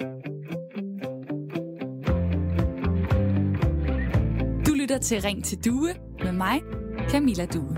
Du lytter til Ring til Due med mig, Camilla Due.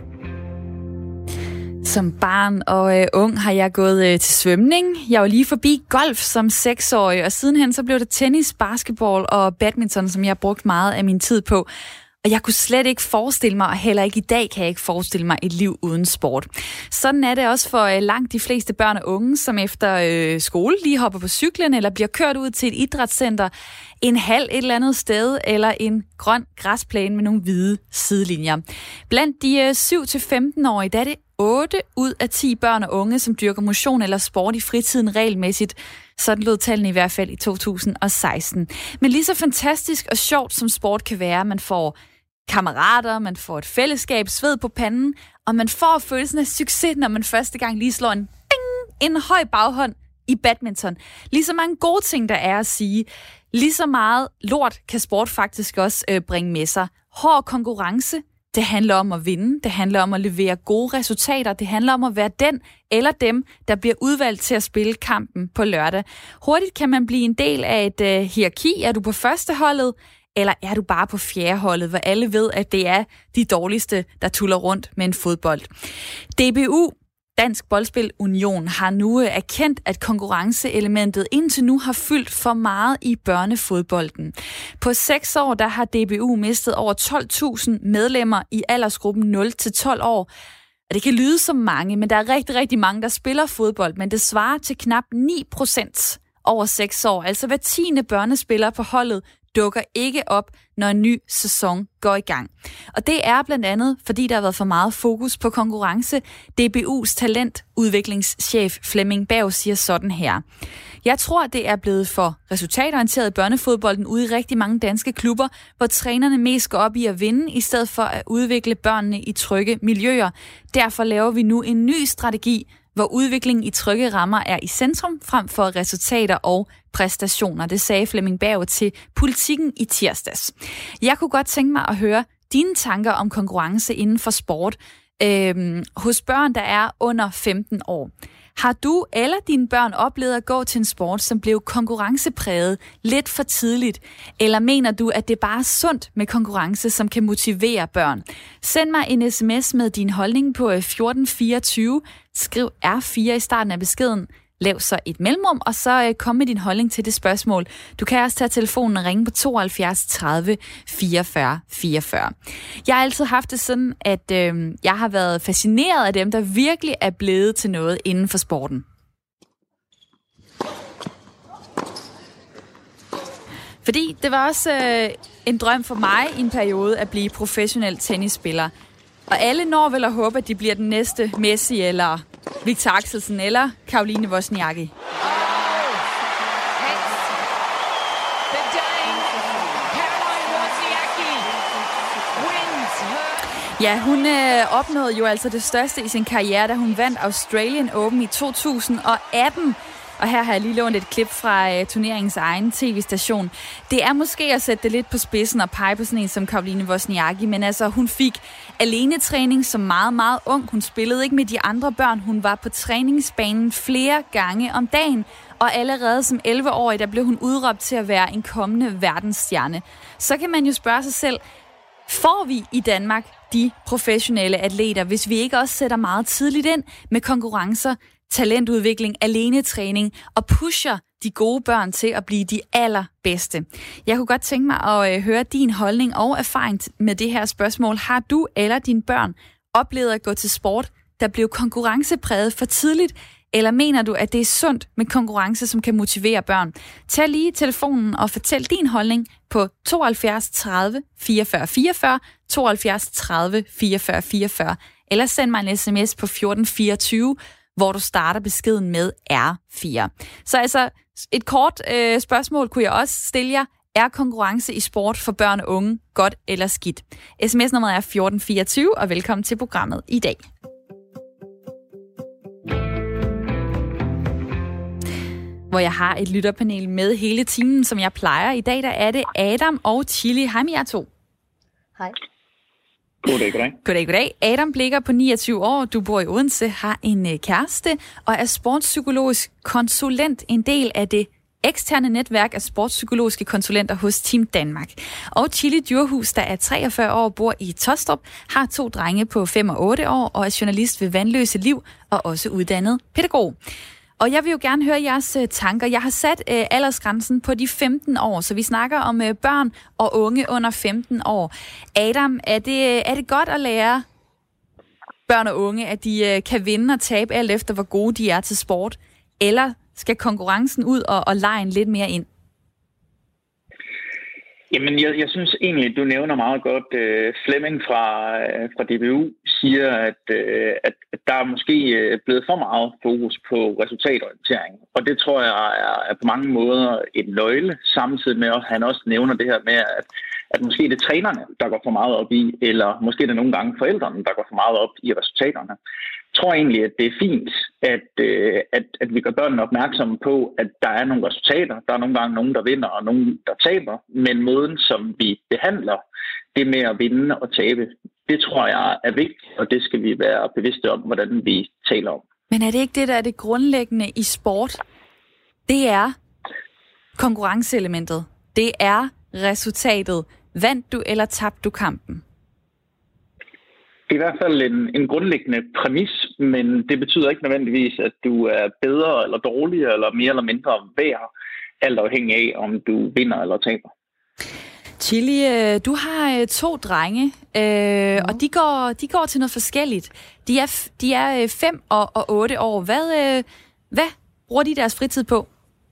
Som barn og ung har jeg gået til svømning. Jeg var lige forbi golf som 6-årig, og sidenhen så blev det tennis, basketball og badminton, som jeg har brugt meget af min tid på. Og jeg kunne slet ikke forestille mig, og heller ikke i dag kan jeg ikke forestille mig et liv uden sport. Sådan er det også for langt de fleste børn og unge, som efter skole lige hopper på cyklen eller bliver kørt ud til et idrætscenter, en hal et eller andet sted eller en grøn græsplæne med nogle hvide sidelinjer. Blandt de 7-15-årige, der er det 8 ud af 10 børn og unge, som dyrker motion eller sport i fritiden regelmæssigt. Sådan lød tallene i hvert fald i 2016. Men lige så fantastisk og sjovt som sport kan være, man får kammerater, man får et fællesskab, sved på panden, og man får følelsen af succes, når man første gang lige slår en høj baghånd i badminton. Lige så mange gode ting, der er at sige. Lige så meget lort kan sport faktisk også bringe med sig. Hård konkurrence. Det handler om at vinde, det handler om at levere gode resultater, det handler om at være den eller dem, der bliver udvalgt til at spille kampen på lørdag. Hurtigt kan man blive en del af et hierarki. Er du på førsteholdet, eller er du bare på fjerdeholdet, hvor alle ved, at det er de dårligste, der tuller rundt med en fodbold. DBU, Dansk Boldspil Union, har nu erkendt, at konkurrenceelementet indtil nu har fyldt for meget i børnefodbolden. På 6 år, der har DBU mistet over 12.000 medlemmer i aldersgruppen 0-12 år. Og det kan lyde som mange, men der er rigtig, rigtig mange, der spiller fodbold, men det svarer til knap 9% over 6 år. Altså hver 10. børnespiller på holdet dukker ikke op, når en ny sæson går i gang. Og det er blandt andet, fordi der har været for meget fokus på konkurrence. DBU's talentudviklingschef Flemming Berg siger sådan her: Jeg tror, det er blevet for resultatorienteret i børnefodbolden ude i rigtig mange danske klubber, hvor trænerne mest går op i at vinde, i stedet for at udvikle børnene i trygge miljøer. Derfor laver vi nu en ny strategi, hvor udviklingen i trygge rammer er i centrum, frem for resultater og præstationer. Det sagde Flemming Berg til Politikken i tirsdags. Jeg kunne godt tænke mig at høre dine tanker om konkurrence inden for sport hos børn, der er under 15 år. Har du eller dine børn oplevet at gå til en sport, som blev konkurrencepræget lidt for tidligt? Eller mener du, at det bare er sundt med konkurrence, som kan motivere børn? Send mig en sms med din holdning på 1424. Skriv R4 i starten af beskeden. Lav så et mellemrum, og så kom med din holdning til det spørgsmål. Du kan også tage telefonen og ringe på 72 30 44 44. Jeg har altid haft det sådan, at jeg har været fascineret af dem, der virkelig er blevet til noget inden for sporten. Fordi det var også en drøm for mig i en periode at blive professionel tennisspiller. Og alle når vel at håbe, at de bliver den næste Messi eller Victor Axelsen eller Caroline Wozniacki. Ja, hun opnåede jo altså det største i sin karriere, da hun vandt Australian Open i 2018. Og her har jeg lige lånt et klip fra turneringens egen tv-station. Det er måske at sætte det lidt på spidsen og pege på sådan en som Caroline Wozniacki, men altså hun fik alenetræning som meget, meget ung. Hun spillede ikke med de andre børn. Hun var på træningsbanen flere gange om dagen, og allerede som 11-årig, der blev hun udråbt til at være en kommende verdensstjerne. Så kan man jo spørge sig selv, får vi i Danmark de professionelle atleter, hvis vi ikke også sætter meget tidligt ind med konkurrencer, talentudvikling, alenetræning og pusher de gode børn til at blive de allerbedste? Jeg kunne godt tænke mig at høre din holdning og erfaring med det her spørgsmål. Har du eller dine børn oplevet at gå til sport, der blev konkurrencepræget for tidligt, eller mener du, at det er sundt med konkurrence, som kan motivere børn? Tag lige telefonen og fortæl din holdning på 72 30 44 44, 72 30 44 44, eller send mig en sms på 1424, hvor du starter beskeden med R4. Så altså, et kort spørgsmål kunne jeg også stille jer. Er konkurrence i sport for børn og unge godt eller skidt? SMS-nummeret er 1424, og velkommen til programmet i dag. Hvor jeg har et lytterpanel med hele timen, som jeg plejer. I dag der er det Adam og Chili. Hej med jer to. Hej. Goddag. Adam Blikker på 29 år. Du bor i Odense, har en kæreste og er sportspsykologisk konsulent, en del af det eksterne netværk af sportspsykologiske konsulenter hos Team Danmark. Og Chili Djurhus, der er 43 år, bor i Tostrup, har 2 drenge på 5 og 8 år og er journalist ved Vandløse Liv og også uddannet pædagog. Og jeg vil jo gerne høre jeres tanker. Jeg har sat aldersgrænsen på de 15 år, så vi snakker om børn og unge under 15 år. Adam, er det godt at lære børn og unge, at de kan vinde og tabe alt efter, hvor gode de er til sport? Eller skal konkurrencen ud og legen lidt mere ind? Jamen, jeg synes egentlig, du nævner meget godt. Flemming fra DBU siger, at der er måske blevet for meget fokus på resultatorientering. Og det tror jeg er på mange måder en nøgle, samtidig med, at han også nævner det her med, at måske det er trænerne, der går for meget op i, eller måske det er nogle gange forældrene, der går for meget op i resultaterne. Jeg tror egentlig, at det er fint, at vi gør børnene opmærksomme på, at der er nogle resultater. Der er nogle gange nogen, der vinder, og nogen, der taber. Men måden, som vi behandler det med at vinde og tabe, det tror jeg er vigtigt, og det skal vi være bevidste om, hvordan vi taler om. Men er det ikke det, der er det grundlæggende i sport? Det er konkurrenceelementet. Det er resultatet. Vandt du eller tabte du kampen? Det er i hvert fald en grundlæggende præmis, men det betyder ikke nødvendigvis, at du er bedre eller dårligere eller mere eller mindre værd, alt afhængig af, om du vinder eller taber. Chili, du har 2 drenge, og de går til noget forskelligt. De er 5 og 8 år. Hvad bruger de deres fritid på?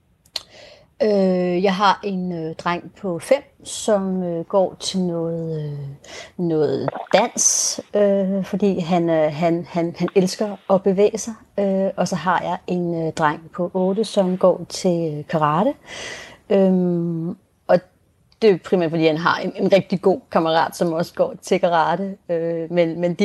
Jeg har en dreng på 5, som går til noget dans, fordi han elsker at bevæge sig. Og så har jeg en dreng på 8, som går til karate. Og det er primært, fordi han har en rigtig god kammerat, som også går til karate. Men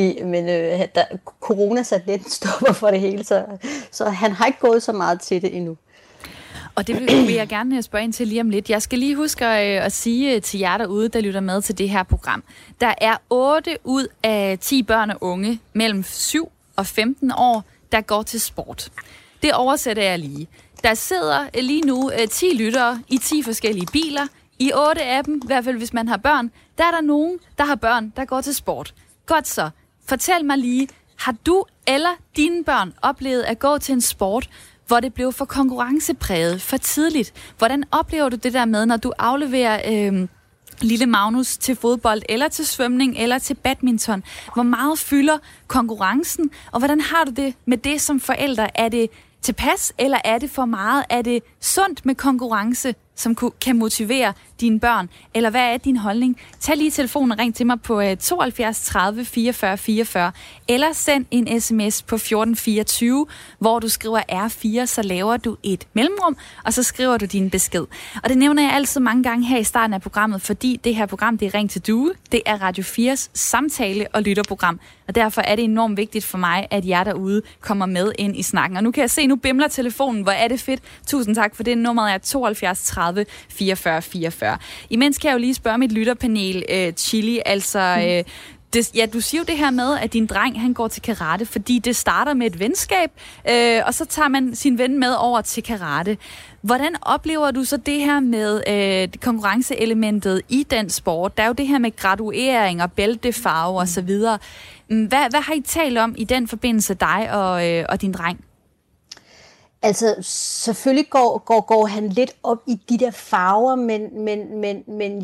corona satte lidt en stopper for det hele, så han har ikke gået så meget til det endnu. Og det vil jeg gerne spørge ind til lige om lidt. Jeg skal lige huske at sige til jer derude, der lytter med til det her program. Der er 8 ud af 10 børn og unge mellem 7 og 15 år, der går til sport. Det oversætter jeg lige. Der sidder lige nu 10 lyttere i 10 forskellige biler. I 8 af dem, i hvert fald hvis man har børn, der er der nogen, der har børn, der går til sport. Godt så. Fortæl mig lige, har du eller dine børn oplevet at gå til en sport, hvor det blev for konkurrencepræget, for tidligt? Hvordan oplever du det der med, når du afleverer lille Magnus til fodbold, eller til svømning, eller til badminton? Hvor meget fylder konkurrencen, og hvordan har du det med det som forældre? Er det tilpas, eller er det for meget? Er det sundt med konkurrence, som kan motivere dine børn? Eller hvad er din holdning? Tag lige telefonen og ring til mig på 72 30 44 44, eller send en sms på 1424, hvor du skriver R4, så laver du et mellemrum, og så skriver du din besked. Og det nævner jeg altid mange gange her i starten af programmet, fordi det her program, det er Ring til Due. Det er Radio 4's samtale- og lytterprogram, og derfor er det enormt vigtigt for mig, at jer derude kommer med ind i snakken. Og nu kan jeg se, nu bimler telefonen. Hvor er det fedt. Tusind tak for det. Nummeret er 72 30 44 44. Imens kan jeg jo lige spørge mit lytterpanel, Chili, altså... du siger jo det her med, at din dreng, han går til karate, fordi det starter med et venskab, og så tager man sin ven med over til karate. Hvordan oplever du så det her med konkurrenceelementet i den sport? Der er jo det her med graduering og bæltefarve og så videre. Hvad har I talt om i den forbindelse, dig og din dreng? Altså, selvfølgelig går han lidt op i de der farver, men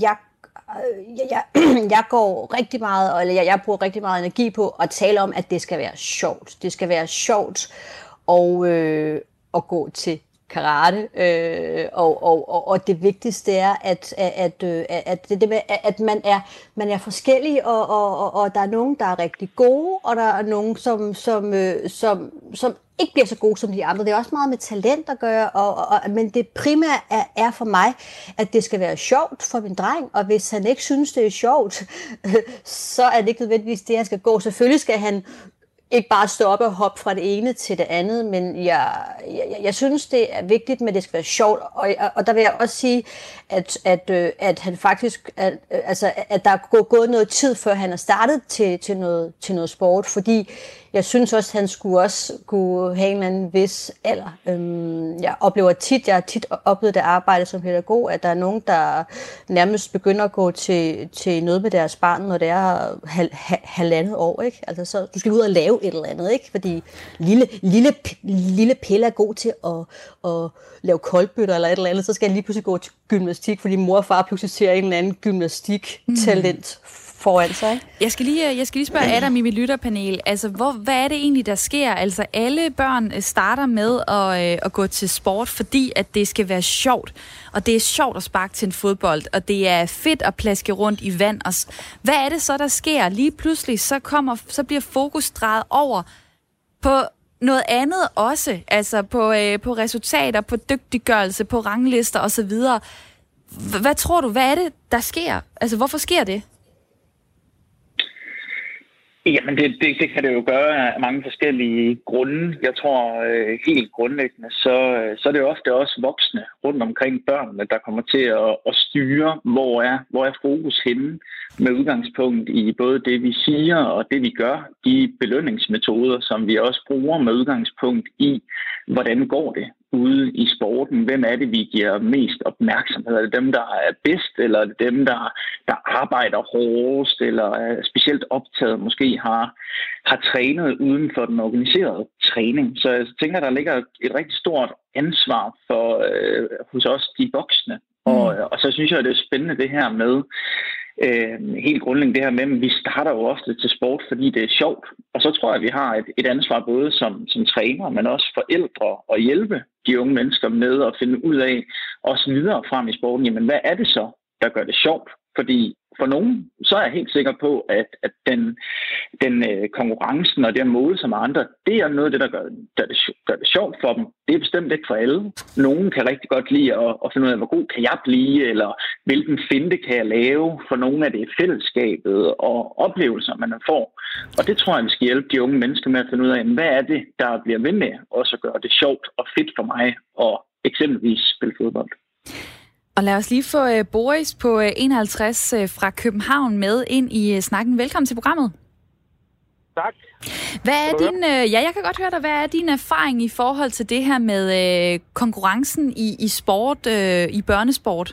jeg går rigtig meget, eller jeg bruger rigtig meget energi på at tale om, at det skal være sjovt. Det skal være sjovt at gå til karate, og det vigtigste er, at man er forskellig, og der er nogen, der er rigtig gode, og der er nogen, som ikke bliver så gode som de andre. Det er også meget med talent at gøre, men det primære er for mig, at det skal være sjovt for min dreng, og hvis han ikke synes, det er sjovt, så er det ikke nødvendigvis det, han skal gå. Selvfølgelig skal han ikke bare stå op og hoppe fra det ene til det andet, men jeg synes, det er vigtigt, men det skal være sjovt. Og der vil jeg også sige, at han faktisk, at der er gået noget tid, før han er startet til noget sport, fordi jeg synes også, at han skulle også kunne have en eller anden vis alder. Jeg har tit oplevet det arbejde som pædagog, at der er nogen, der nærmest begynder at gå til noget med deres barn, når det er halvandet år, ikke? Altså, så du skal ud og lave et eller andet, ikke? Fordi lille Pelle er god til at lave koldbøtter eller et eller andet, så skal han lige pludselig gå til gymnastik, fordi mor og far pludselig ser en eller anden gymnastiktalent foran sig. Jeg skal lige spørge Adam i mit lytterpanel. Altså, hvad er det egentlig, der sker? Altså, alle børn starter med at gå til sport, fordi at det skal være sjovt. Og det er sjovt at sparke til en fodbold, og det er fedt at plaske rundt i vand. Og hvad er det så, der sker? Lige pludselig, så bliver fokus drejet over på noget andet også. Altså på resultater, på dygtiggørelse, på ranglister osv. Hvad tror du, hvad er det, der sker? Altså, hvorfor sker det? Jamen, det kan det jo gøre af mange forskellige grunde. Jeg tror helt grundlæggende, så er det jo ofte også voksne rundt omkring børnene, der kommer til at styre, hvor er fokus henne med udgangspunkt i både det, vi siger og det, vi gør. De belønningsmetoder, som vi også bruger med udgangspunkt i, hvordan går det ude i sporten. Hvem er det, vi giver mest opmærksomhed? Er det dem, der er bedst, eller er det dem, der arbejder hårdest, eller er specielt optaget, måske har trænet uden for den organiserede træning? Så jeg tænker, der ligger et rigtig stort ansvar for hos os, de voksne. Og så synes jeg, det er spændende det her med, helt grundlæggende det her med, at vi starter jo ofte til sport, fordi det er sjovt. Og så tror jeg, at vi har et ansvar både som træner, men også forældre at hjælpe de unge mennesker med at finde ud af, også videre frem i sporten, jamen hvad er det så, der gør det sjovt? Fordi for nogen, så er jeg helt sikker på, at den konkurrencen og det at måle som andre, det er noget af det, der gør det sjovt for dem. Det er bestemt ikke for alle. Nogen kan rigtig godt lide at finde ud af, hvor god kan jeg blive, eller hvilken finte kan jeg lave. For nogle af det er fællesskabet og oplevelser, man får. Og det tror jeg, vi skal hjælpe de unge mennesker med at finde ud af, hvad er det, der bliver ved med også at gøre det sjovt og fedt for mig at eksempelvis spille fodbold. Og lad os lige få Boris på 51 fra København med ind i snakken. Velkommen til programmet. Tak. Hvad er din, jeg kan godt høre dig. Hvad er din erfaring i forhold til det her med konkurrencen i sport, i børnesport?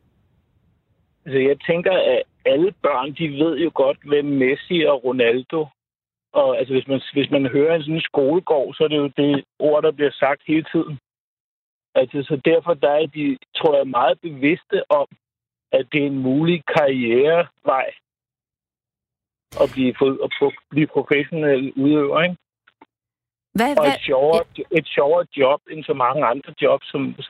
Altså, jeg tænker, at alle børn, de ved jo godt, hvem Messi og Ronaldo. Og altså, hvis man hører en sådan skolegård, så er det jo det ord, der bliver sagt hele tiden. Altså, så derfor der er de, tror jeg, meget bevidste om, at det er en mulig karrierevej at blive professionel udøver, ikke? Og et sjovere job end så mange andre jobs,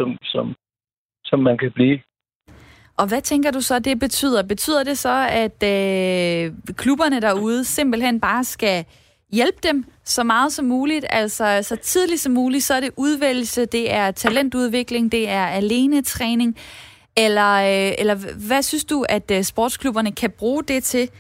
som man kan blive. Og hvad tænker du så, det betyder? Betyder det så, at klubberne derude simpelthen bare skal hjælpe dem så meget som muligt, altså så tidligt som muligt, så er det udvælgelse, det er talentudvikling, det er alenetræning, eller hvad synes du, at sportsklubberne kan bruge det til,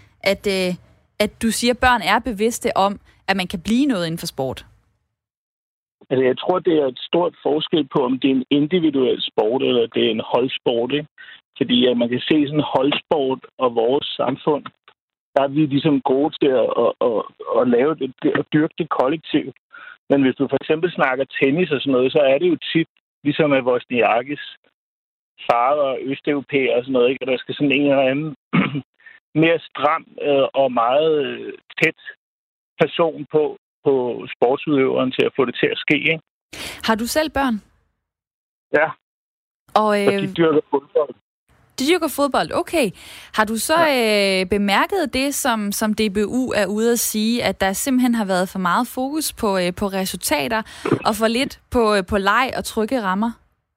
at du siger, at børn er bevidste om, at man kan blive noget inden for sport? Altså, jeg tror, det er et stort forskel på, om det er en individuel sport, eller det er en holdsport, ikke? Fordi at man kan se sådan en holdsport og vores samfund, der er vi ligesom gode til at lave det og dyrke det kollektivt. Men hvis du for eksempel snakker tennis og sådan noget, så er det jo tit, ligesom at Wozniakis far og østeuropæer og sådan noget, ikke? Og der skal sådan en eller anden mere stram og meget tæt person på sportsudøveren til at få det til at ske, ikke? Har du selv børn? Ja. Og de dyrker fodbold. De dyrker fodbold, okay. Har du så bemærket det, som DBU er ude at sige, at der simpelthen har været for meget fokus på resultater og for lidt på leg og trygge rammer?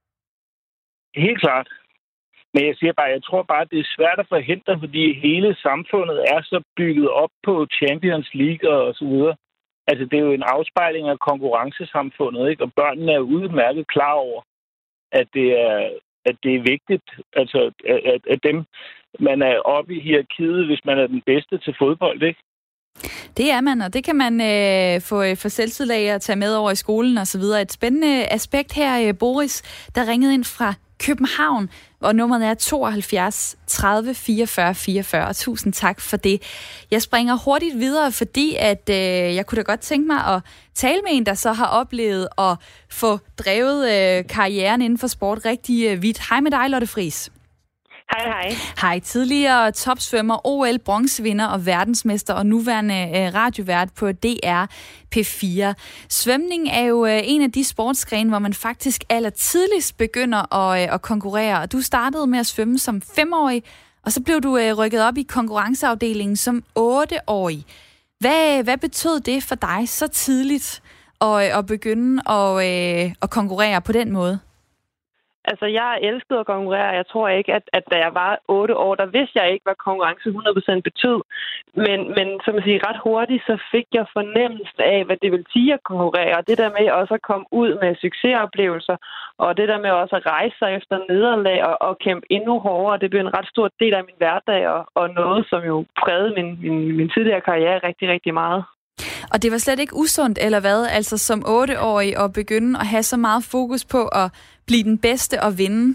Helt klart. Men jeg tror bare, det er svært at forhindre, fordi hele samfundet er så bygget op på Champions League og så videre. Altså, det er jo en afspejling af konkurrencesamfundet, ikke? Og børnene er udmærket klar over, at det er vigtigt, altså, at dem, man er oppe i hierarkiet, hvis man er den bedste til fodbold, ikke? Det er man, og det kan man få selvtillid af at tage med over i skolen og så videre. Et spændende aspekt her, Boris, der ringede ind fra København, og nummeret er 72 30 44 44. Og tusind tak for det. Jeg springer hurtigt videre, fordi at jeg kunne da godt tænke mig at tale med en, der så har oplevet at få drevet karrieren inden for sport rigtig vidt. Hej med dig, Lotte Friis. Hej, hej. Hej, tidligere topsvømmer, OL-bronzevinder og verdensmester og nuværende radiovært på DR P4. Svømning er jo en af de sportsgrene, hvor man faktisk allertidligst begynder at konkurrere. Og du startede med at svømme som 5-årig, og så blev du rykket op i konkurrenceafdelingen som 8-årig. Hvad betød det for dig så tidligt at begynde at konkurrere på den måde? Altså, jeg elskede at konkurrere. Jeg tror ikke, at da jeg var 8 år, der vidste jeg ikke, hvad konkurrence 100% betød. Men som jeg siger, ret hurtigt, så fik jeg fornemmelse af, hvad det vil sige at konkurrere. Og det der med også at komme ud med succesoplevelser, og det der med også at rejse sig efter nederlag og kæmpe endnu hårdere, det blev en ret stor del af min hverdag, og noget, som jo prægede min tidligere karriere rigtig, rigtig meget. Og det var slet ikke usundt, eller hvad? Altså som 8-årig at begynde at have så meget fokus på at blive den bedste og vinde?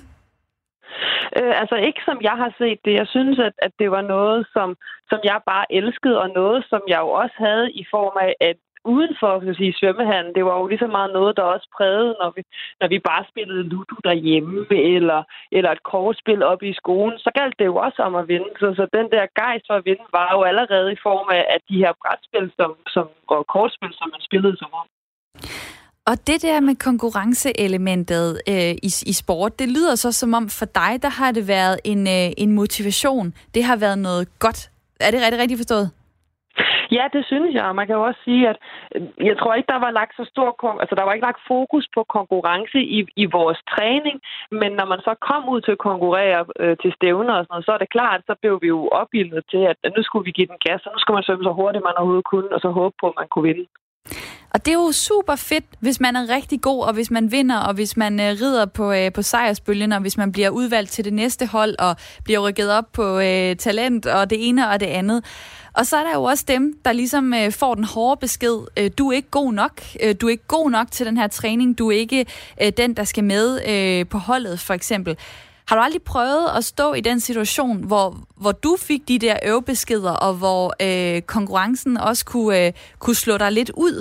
Altså ikke som jeg har set det. Jeg synes, at det var noget, som jeg bare elskede, og noget, som jeg jo også havde i form af, at uden for svømmehallen, det var jo lige så meget noget, der også prægede, når vi bare spillede Ludo derhjemme, eller et kortspil op i skolen, så galt det jo også om at vinde. Så den der gejst for at vinde var jo allerede i form af de her brætspil og kortspil, som man spillede som om. Og det der med konkurrenceelementet i sport, det lyder så som om for dig, der har det været en motivation. Det har været noget godt. Er det rigtig forstået? Ja, det synes jeg. Man kan jo også sige, at jeg tror ikke, der var lagt så stor der var ikke lagt fokus på konkurrence i vores træning, men når man så kom ud til at konkurrere til stævner og sådan noget, så er det klart, så blev vi jo opildnet til, at nu skulle vi give den gas, og nu skulle man svømme så hurtigt, man overhovedet kunne, og så håbe på, at man kunne vinde. Og det er jo super fedt, hvis man er rigtig god, og hvis man vinder, og hvis man rider på sejrsbølgen, og hvis man bliver udvalgt til det næste hold, og bliver rykket op på talent, og det ene og det andet. Og så er der jo også dem, der ligesom får den hårde besked. Du er ikke god nok. Du er ikke god nok til den her træning. Du er ikke den, der skal med på holdet, for eksempel. Har du aldrig prøvet at stå i den situation, hvor du fik de der øvebeskeder, og hvor konkurrencen også kunne slå dig lidt ud?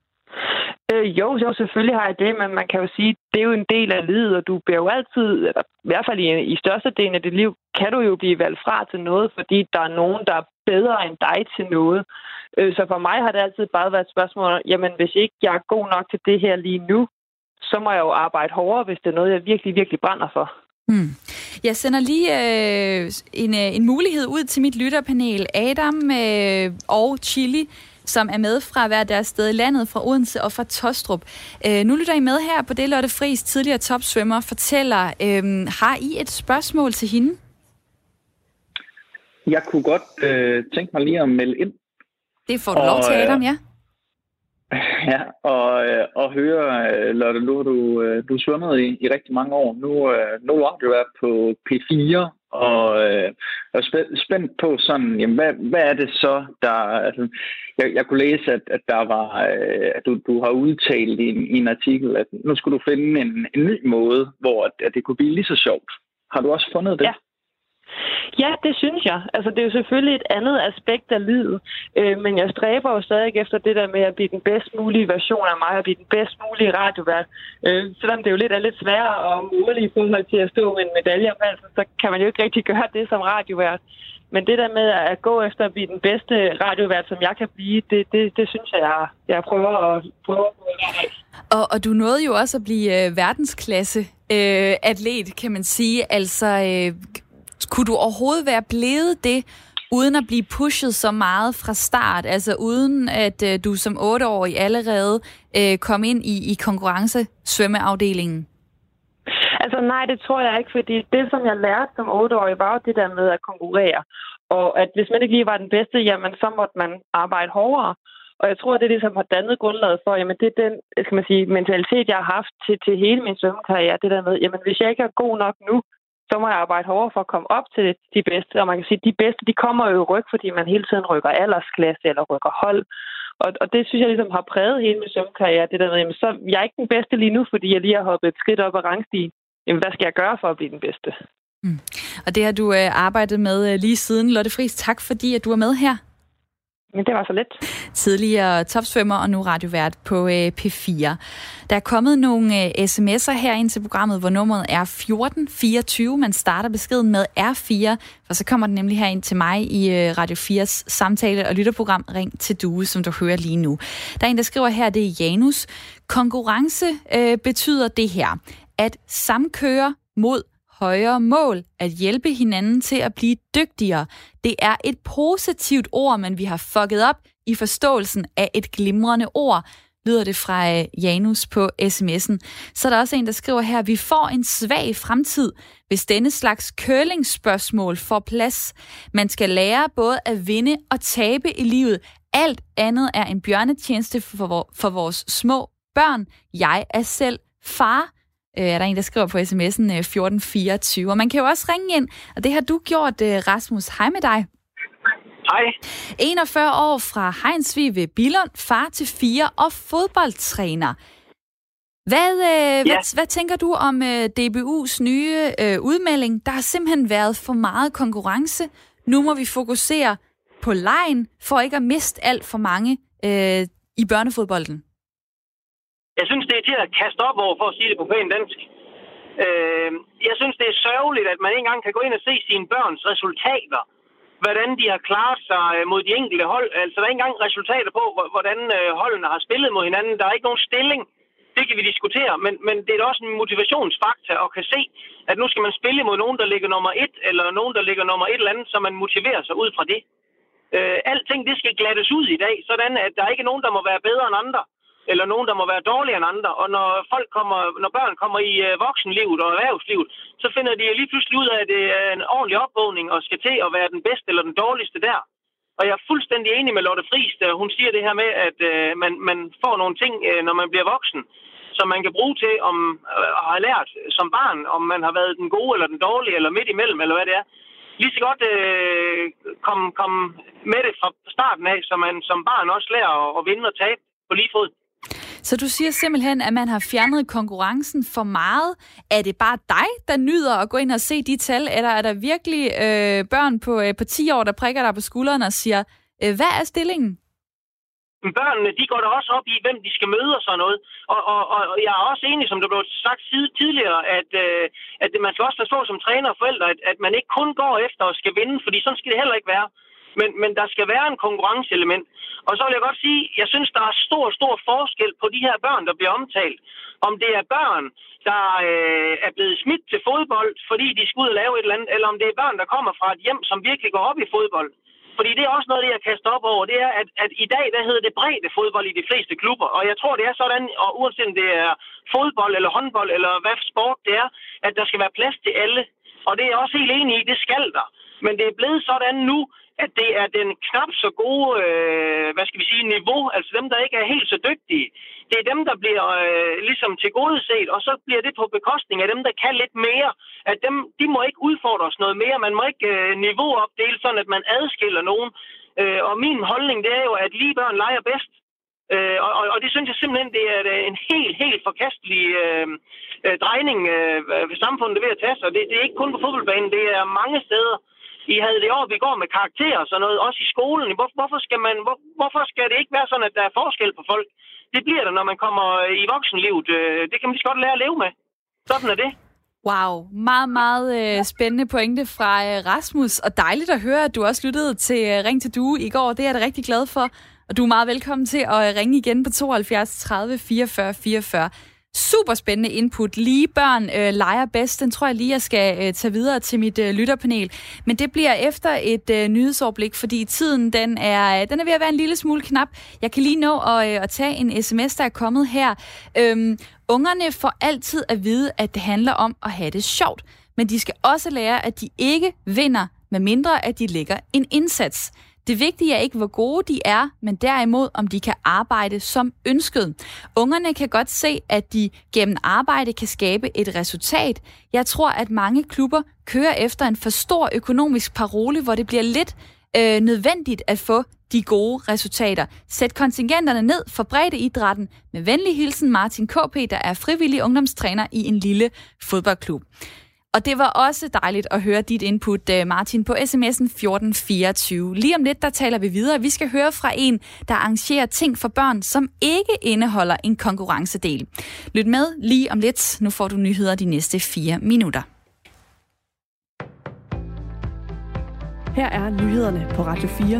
Jo, selvfølgelig har jeg det, men man kan jo sige, det er jo en del af livet, og du bliver jo altid, eller i hvert fald i størstedelen af dit liv, kan du jo blive valgt fra til noget, fordi der er nogen, der er bedre end dig til noget. Så for mig har det altid bare været et spørgsmål, jamen hvis ikke jeg er god nok til det her lige nu, så må jeg jo arbejde hårdere, hvis det er noget, jeg virkelig, virkelig brænder for. Jeg sender lige en mulighed ud til mit lytterpanel. Adam og Chili, som er med fra hver deres sted i landet, fra Odense og fra Tostrup. Nu lytter I med her på det, Lotte Friis, tidligere topsvømmer, fortæller. Har I et spørgsmål til hende? Jeg kunne godt tænke mig lige at melde ind. Det får du lov til, Adam, ja. Ja, og høre, Lotte, nu har du svømmet i rigtig mange år. Nu har du været på P4, og er spændt på sådan, jamen, hvad er det så, der... Altså, jeg kunne læse, at der var, at du har udtalt i en artikel, at nu skulle du finde en ny måde, hvor at det kunne blive lige så sjovt. Har du også fundet det? Ja. Ja, det synes jeg. Altså, det er jo selvfølgelig et andet aspekt af livet, men jeg stræber jo stadig efter det der med at blive den bedst mulige version af mig, og blive den bedst mulige radiovært. Selvom det jo er lidt sværere og muligt i forhold til at stå med en medalje om halsen, så kan man jo ikke rigtig gøre det som radiovært. Men det der med at gå efter at blive den bedste radiovært, som jeg kan blive, det synes jeg prøver at Og du nåede jo også at blive verdensklasse atlet, kan man sige. Altså... Kunne du overhovedet være blevet det, uden at blive pushet så meget fra start? Altså uden at du som 8-årig allerede kom ind i konkurrencesvømmeafdelingen? Altså nej, det tror jeg ikke, fordi det, som jeg lærte som 8-årig, var jo det der med at konkurrere. Og at hvis man ikke lige var den bedste, jamen så måtte man arbejde hårdere. Og jeg tror, det er det, som har dannet grundlaget for, jamen det er den, skal man sige, mentalitet, jeg har haft til hele min svømmekarriere. Det der med, jamen hvis jeg ikke er god nok nu, så må jeg arbejde hårdere for at komme op til de bedste. Og man kan sige, at de bedste, de kommer jo i ryg, fordi man hele tiden rykker aldersklasse eller rykker hold. Og det synes jeg ligesom har præget hele min svømmekarriere. Det der med, så jeg er ikke den bedste lige nu, fordi jeg lige har hoppet et skridt op ad rangstigen. Jamen, hvad skal jeg gøre for at blive den bedste? Mm. Og det har du arbejdet med lige siden. Lotte Friis, tak fordi at du er med her. Men det var så let. Tidligere topsvømmer og nu radiovært på P4. Der er kommet nogle sms'er her ind til programmet, hvor nummeret er 1424. Man starter beskeden med R4, for så kommer den nemlig her ind til mig i Radio 4's samtale- og lytterprogram Ring til Due, som du hører lige nu. Der er en, der skriver her, det er Janus. Konkurrence betyder det her, at samkøre mod højere mål, at hjælpe hinanden til at blive dygtigere. Det er et positivt ord, men vi har fucket op i forståelsen af et glimrende ord, lyder det fra Janus på sms'en. Så er der også en, der skriver her, vi får en svag fremtid, hvis denne slags curling-spørgsmål får plads. Man skal lære både at vinde og tabe i livet. Alt andet er en bjørnetjeneste for vores små børn. Jeg er selv far. Er der en, der skriver på sms'en 1424. Og man kan jo også ringe ind, og det har du gjort, Rasmus. Hej med dig. Hej. 41 år fra Hejnsvig ved Billund, far til 4 og fodboldtræner. Hvad tænker du om DBU's nye udmelding? Der har simpelthen været for meget konkurrence. Nu må vi fokusere på legen, for ikke at miste alt for mange i børnefodbolden. Jeg synes, det er til at kaste op over, for at sige det på pænt dansk. Jeg synes, det er sørgeligt, at man ikke engang kan gå ind og se sine børns resultater. Hvordan de har klaret sig mod de enkelte hold. Altså, der er ikke engang resultater på, hvordan holdene har spillet mod hinanden. Der er ikke nogen stilling. Det kan vi diskutere. Men det er også en motivationsfaktor at kan se, at nu skal man spille mod nogen, der ligger nummer 1, eller nogen, der ligger nummer 1 eller andet, så man motiverer sig ud fra det. Alting, det skal glattes ud i dag, sådan at der ikke er nogen, der må være bedre end andre. Eller nogen, der må være dårligere end andre. Og når børn kommer i voksenlivet og erhvervslivet, så finder de lige pludselig ud af, at det er en ordentlig opvågning og skal til at være den bedste eller den dårligste der. Og jeg er fuldstændig enig med Lotte Friis, der hun siger det her med, at man får nogle ting, når man bliver voksen, som man kan bruge til at have lært som barn, om man har været den gode eller den dårlige, eller midt imellem, eller hvad det er. Lige så godt kom med det fra starten af, så man som barn også lærer at vinde og tabe på lige fod. Så du siger simpelthen, at man har fjernet konkurrencen for meget. Er det bare dig, der nyder at gå ind og se de tal, eller er der virkelig børn på 10 år, der prikker dig på skulderen og siger, hvad er stillingen? Børnene, de går da også op i, hvem de skal møde og sådan noget. Og jeg er også enig, som der blev sagt tidligere, at man skal også forstå som træner og forældre, at man ikke kun går efter og skal vinde, fordi sådan skal det heller ikke være. Men der skal være en konkurrenceelement. Og så vil jeg godt sige, jeg synes, der er stor forskel på de her børn, der bliver omtalt. Om det er børn, der er blevet smidt til fodbold, fordi de skal ud og lave et eller andet, eller om det er børn, der kommer fra et hjem, som virkelig går op i fodbold. Fordi det er også noget, det jeg kaster op over. Det er, at i dag, der hedder det bredde fodbold i de fleste klubber. Og jeg tror, det er sådan, og uanset om det er fodbold eller håndbold, eller hvad sport det er, at der skal være plads til alle. Og det er jeg også helt enig i, det skal der. Men det er blevet sådan nu, at det er den knap så gode, niveau, altså dem, der ikke er helt så dygtige. Det er dem, der bliver ligesom tilgodeset, og så bliver det på bekostning af dem, der kan lidt mere. At de må ikke udfordres noget mere, man må ikke niveauopdele, sådan at man adskiller nogen. Og min holdning, det er jo, at lige børn leger bedst. Og det synes jeg simpelthen, det er en helt forkastelig drejning ved samfundet ved at tage sig. Det er ikke kun på fodboldbanen, det er mange steder. I havde det år, vi går med karakterer og sådan noget, også i skolen. Hvorfor skal det ikke være sådan, at der er forskel på folk? Det bliver der, når man kommer i voksenlivet. Det kan man lige så godt lære at leve med. Sådan er det. Wow, meget spændende pointe fra Rasmus. Og dejligt at høre, at du også lyttede til Ring til Due i går. Det er jeg da rigtig glad for. Og du er meget velkommen til at ringe igen på 72 30 44 44. Super spændende input. Lige børn leger bedst. Den tror jeg lige, jeg skal tage videre til mit lytterpanel. Men det bliver efter et nyhedsoverblik, fordi tiden den er ved at være en lille smule knap. Jeg kan lige nå at tage en sms, der er kommet her. Ungerne får altid at vide, at det handler om at have det sjovt. Men de skal også lære, at de ikke vinder, medmindre at de lægger en indsats. Det vigtige er ikke, hvor gode de er, men derimod, om de kan arbejde som ønsket. Ungerne kan godt se, at de gennem arbejde kan skabe et resultat. Jeg tror, at mange klubber kører efter en for stor økonomisk parole, hvor det bliver lidt nødvendigt at få de gode resultater. Sæt kontingenterne ned for breddeidrætten. Med venlig hilsen Martin KP, der er frivillig ungdomstræner i en lille fodboldklub. Og det var også dejligt at høre dit input, Martin, på sms'en 1424. Lige om lidt, der taler vi videre. Vi skal høre fra en, der arrangerer ting for børn, som ikke indeholder en konkurrencedel. Lyt med lige om lidt. Nu får du nyheder de næste 4 minutter. Her er nyhederne på Radio 4.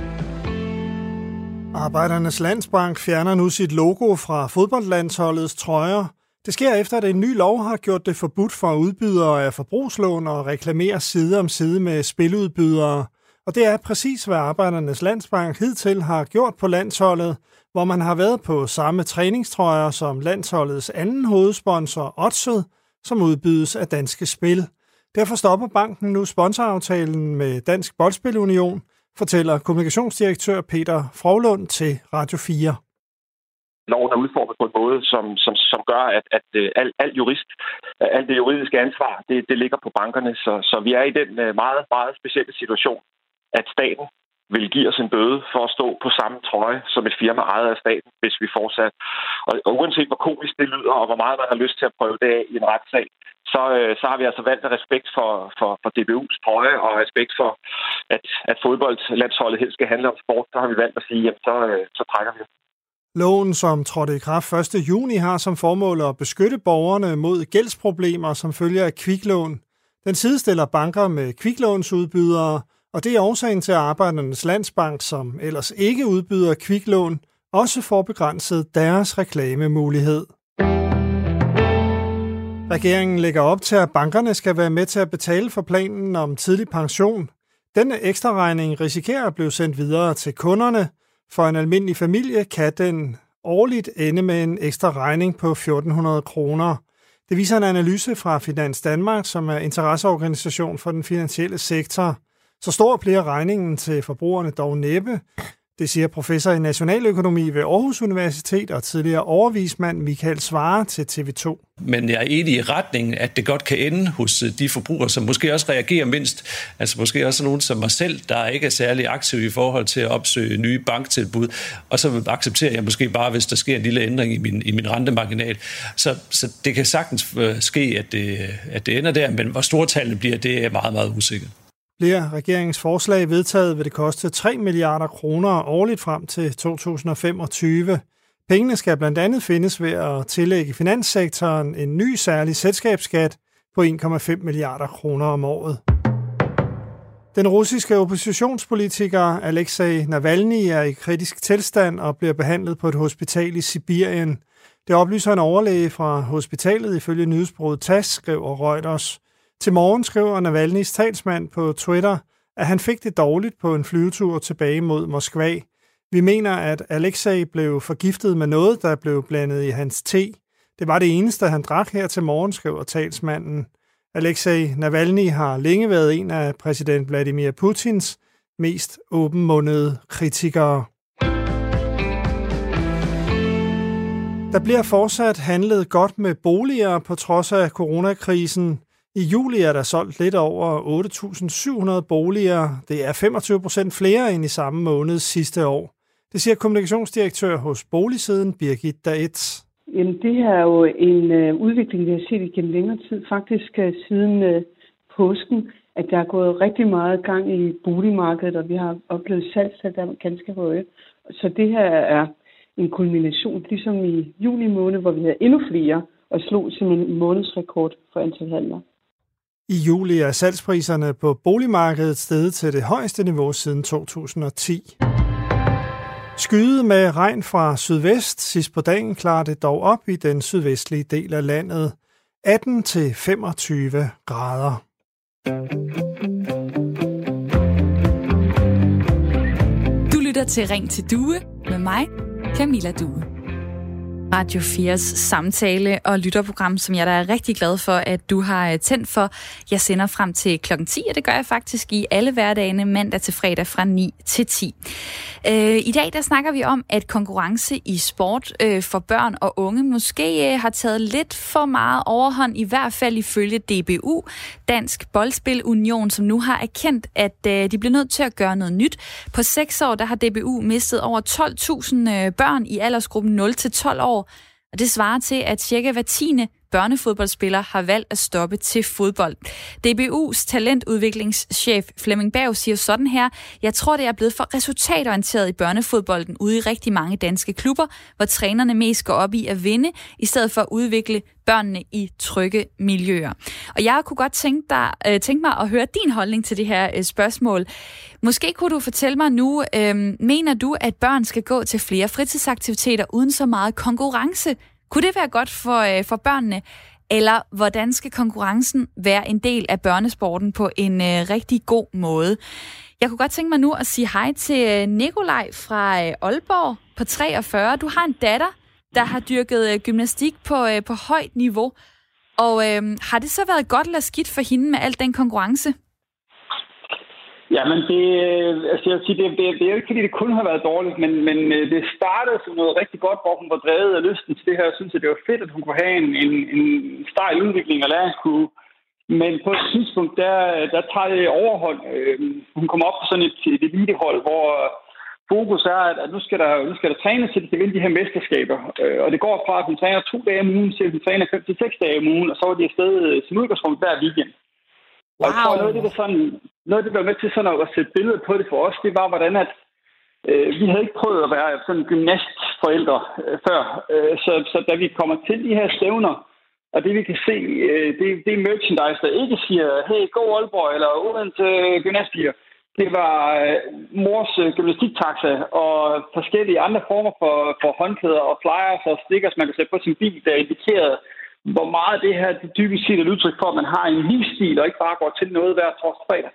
Arbejdernes Landsbank fjerner nu sit logo fra fodboldlandsholdets trøjer. Det sker efter, at en ny lov har gjort det forbudt for udbydere af forbrugslån og reklamere side om side med spiludbydere. Og det er præcis, hvad Arbejdernes Landsbank hidtil har gjort på landsholdet, hvor man har været på samme træningstrøjer som landsholdets anden hovedsponsor, Odset, som udbydes af Danske Spil. Derfor stopper banken nu sponsoraftalen med Dansk Boldspilunion, fortæller kommunikationsdirektør Peter Frohlund til Radio 4. Loven er udformet på en måde, som gør, at alt det juridiske ansvar, det ligger på bankerne. Så vi er i den meget, meget specielle situation, at staten vil give os en bøde for at stå på samme trøje som et firma ejet af staten, hvis vi fortsat. Og uanset hvor komisk det lyder, og hvor meget man har lyst til at prøve det af i en retssag, så har vi altså valgt af respekt for DBU's trøje og respekt for, at fodboldlandsholdet helst skal handle om sport, så har vi valgt at sige, jamen så trækker vi. Loven, som trådte i kraft 1. juni, har som formål at beskytte borgerne mod gældsproblemer, som følger af kviklån. Den sidestiller banker med kviklånsudbydere, og det er årsagen til, at Arbejdernes Landsbank, som ellers ikke udbyder kviklån, også får begrænset deres reklamemulighed. Regeringen lægger op til, at bankerne skal være med til at betale for planen om tidlig pension. Denne ekstra regning risikerer at blive sendt videre til kunderne. For en almindelig familie kan den årligt ende med en ekstra regning på 1.400 kroner. Det viser en analyse fra Finans Danmark, som er interesseorganisation for den finansielle sektor. Så stor bliver regningen til forbrugerne dog næppe. Det siger professor i nationaløkonomi ved Aarhus Universitet og tidligere overvismand Michael Svare til TV2. Men jeg er enig i retningen, at det godt kan ende hos de forbrugere, som måske også reagerer mindst. Altså måske også nogen som mig selv, der ikke er særlig aktiv i forhold til at opsøge nye banktilbud. Og så accepterer jeg måske bare, hvis der sker en lille ændring i min rentemarginal. Så det kan sagtens ske, at det ender der, men hvor store tallene bliver, det er meget, meget usikkert. Bliver regeringens forslag vedtaget, vil det koste 3 milliarder kroner årligt frem til 2025. Pengene skal blandt andet findes ved at tillægge finanssektoren en ny særlig selskabsskat på 1,5 milliarder kroner om året. Den russiske oppositionspolitiker Alexei Navalny er i kritisk tilstand og bliver behandlet på et hospital i Sibirien. Det oplyser en overlæge fra hospitalet ifølge nyhedsbureauet TASS, skriver Reuters. Til morgen skriver Navalnys talsmand på Twitter, at han fik det dårligt på en flyvetur tilbage mod Moskva. Vi mener, at Alexei blev forgiftet med noget, der blev blandet i hans te. Det var det eneste, han drak her til morgen, skriver talsmanden. Alexei Navalny har længe været en af præsident Vladimir Putins mest åbenmundede kritikere. Der bliver fortsat handlet godt med boliger på trods af coronakrisen. I juli er der solgt lidt over 8.700 boliger. Det er 25% flere end i samme måned sidste år. Det siger kommunikationsdirektør hos Boligsiden, Birgit Daetz. Jamen, det her er jo en udvikling, vi har set igennem længere tid. Faktisk siden påsken, at der er gået rigtig meget gang i boligmarkedet, og vi har oplevet salgstal, der er ganske høje. Så det her er en kulmination, ligesom i juni måned, hvor vi havde endnu flere og slog simpelthen en månedsrekord for antal handler. I juli er salgspriserne på boligmarkedet steget til det højeste niveau siden 2010. Skyet med regn fra sydvest. Sidst på dagen klarer det dog op i den sydvestlige del af landet. 18-25 grader. Du lytter til Ring til Due med mig, Camilla Due. Radio 4's samtale- og lytterprogram, som jeg da er rigtig glad for, at du har tændt for. Jeg sender frem til klokken 10, og det gør jeg faktisk i alle hverdagene, mandag til fredag fra 9 til 10. I dag der snakker vi om, at konkurrence i sport for børn og unge måske har taget lidt for meget overhånd, i hvert fald ifølge DBU, Dansk Boldspil Union, som nu har erkendt, at de bliver nødt til at gøre noget nyt. På 6 år, der har DBU mistet over 12.000 børn i aldersgruppen 0-12 år, og det svarer til, at cirka hver 10. børnefodboldspiller har valgt at stoppe til fodbold. DBU's talentudviklingschef Flemming Berg siger sådan her: Jeg tror, det er blevet for resultatorienteret i børnefodbolden ude i rigtig mange danske klubber, hvor trænerne mest går op i at vinde, i stedet for at udvikle børnene i trygge miljøer. Og jeg kunne godt tænke mig at høre din holdning til det her spørgsmål. Måske kunne du fortælle mig nu, mener du, at børn skal gå til flere fritidsaktiviteter uden så meget konkurrence? Kunne det være godt for børnene? Eller hvordan skal konkurrencen være en del af børnesporten på en rigtig god måde? Jeg kunne godt tænke mig nu at sige hej til Nikolaj fra Aalborg på 43. Du har en datter, der har dyrket gymnastik på højt niveau. Og har det så været godt eller skidt for hende med al den konkurrence? Jamen, jeg vil sige, det er jo ikke, fordi det kun har været dårligt, men det startede som noget rigtig godt, hvor hun var drevet af lysten til det her. Jeg synes, at det var fedt, at hun kunne have en stejl udvikling og læringskurve. Men på et tidspunkt, der tager det overhold. Hun kommer op på sådan et elitehold, hvor fokus er, at nu skal der trænes til, at de kan vinde de her mesterskaber. Og det går fra, at hun træner 2 dage om ugen, til at hun træner 5-6 dage om ugen, og så er de afsted som udgangspunkt hver weekend. Wow. Og jeg tror, noget af det, der var med til sådan at sætte billeder på det for os, det var, hvordan at vi havde ikke prøvet at være sådan gymnastforældre før. Så da vi kommer til de her stævner, og det vi kan se, det er merchandise, der ikke siger, hey, go Aalborg, eller Odense gymnastier. Det var mors gymnastiktaxa og forskellige andre former for håndklæder og flyers og stickers, man kan sætte på sin bil, der indikerede, hvor meget det her det dybest set er et udtryk for, at man har en livsstil og ikke bare går til noget hver torsdag fredag.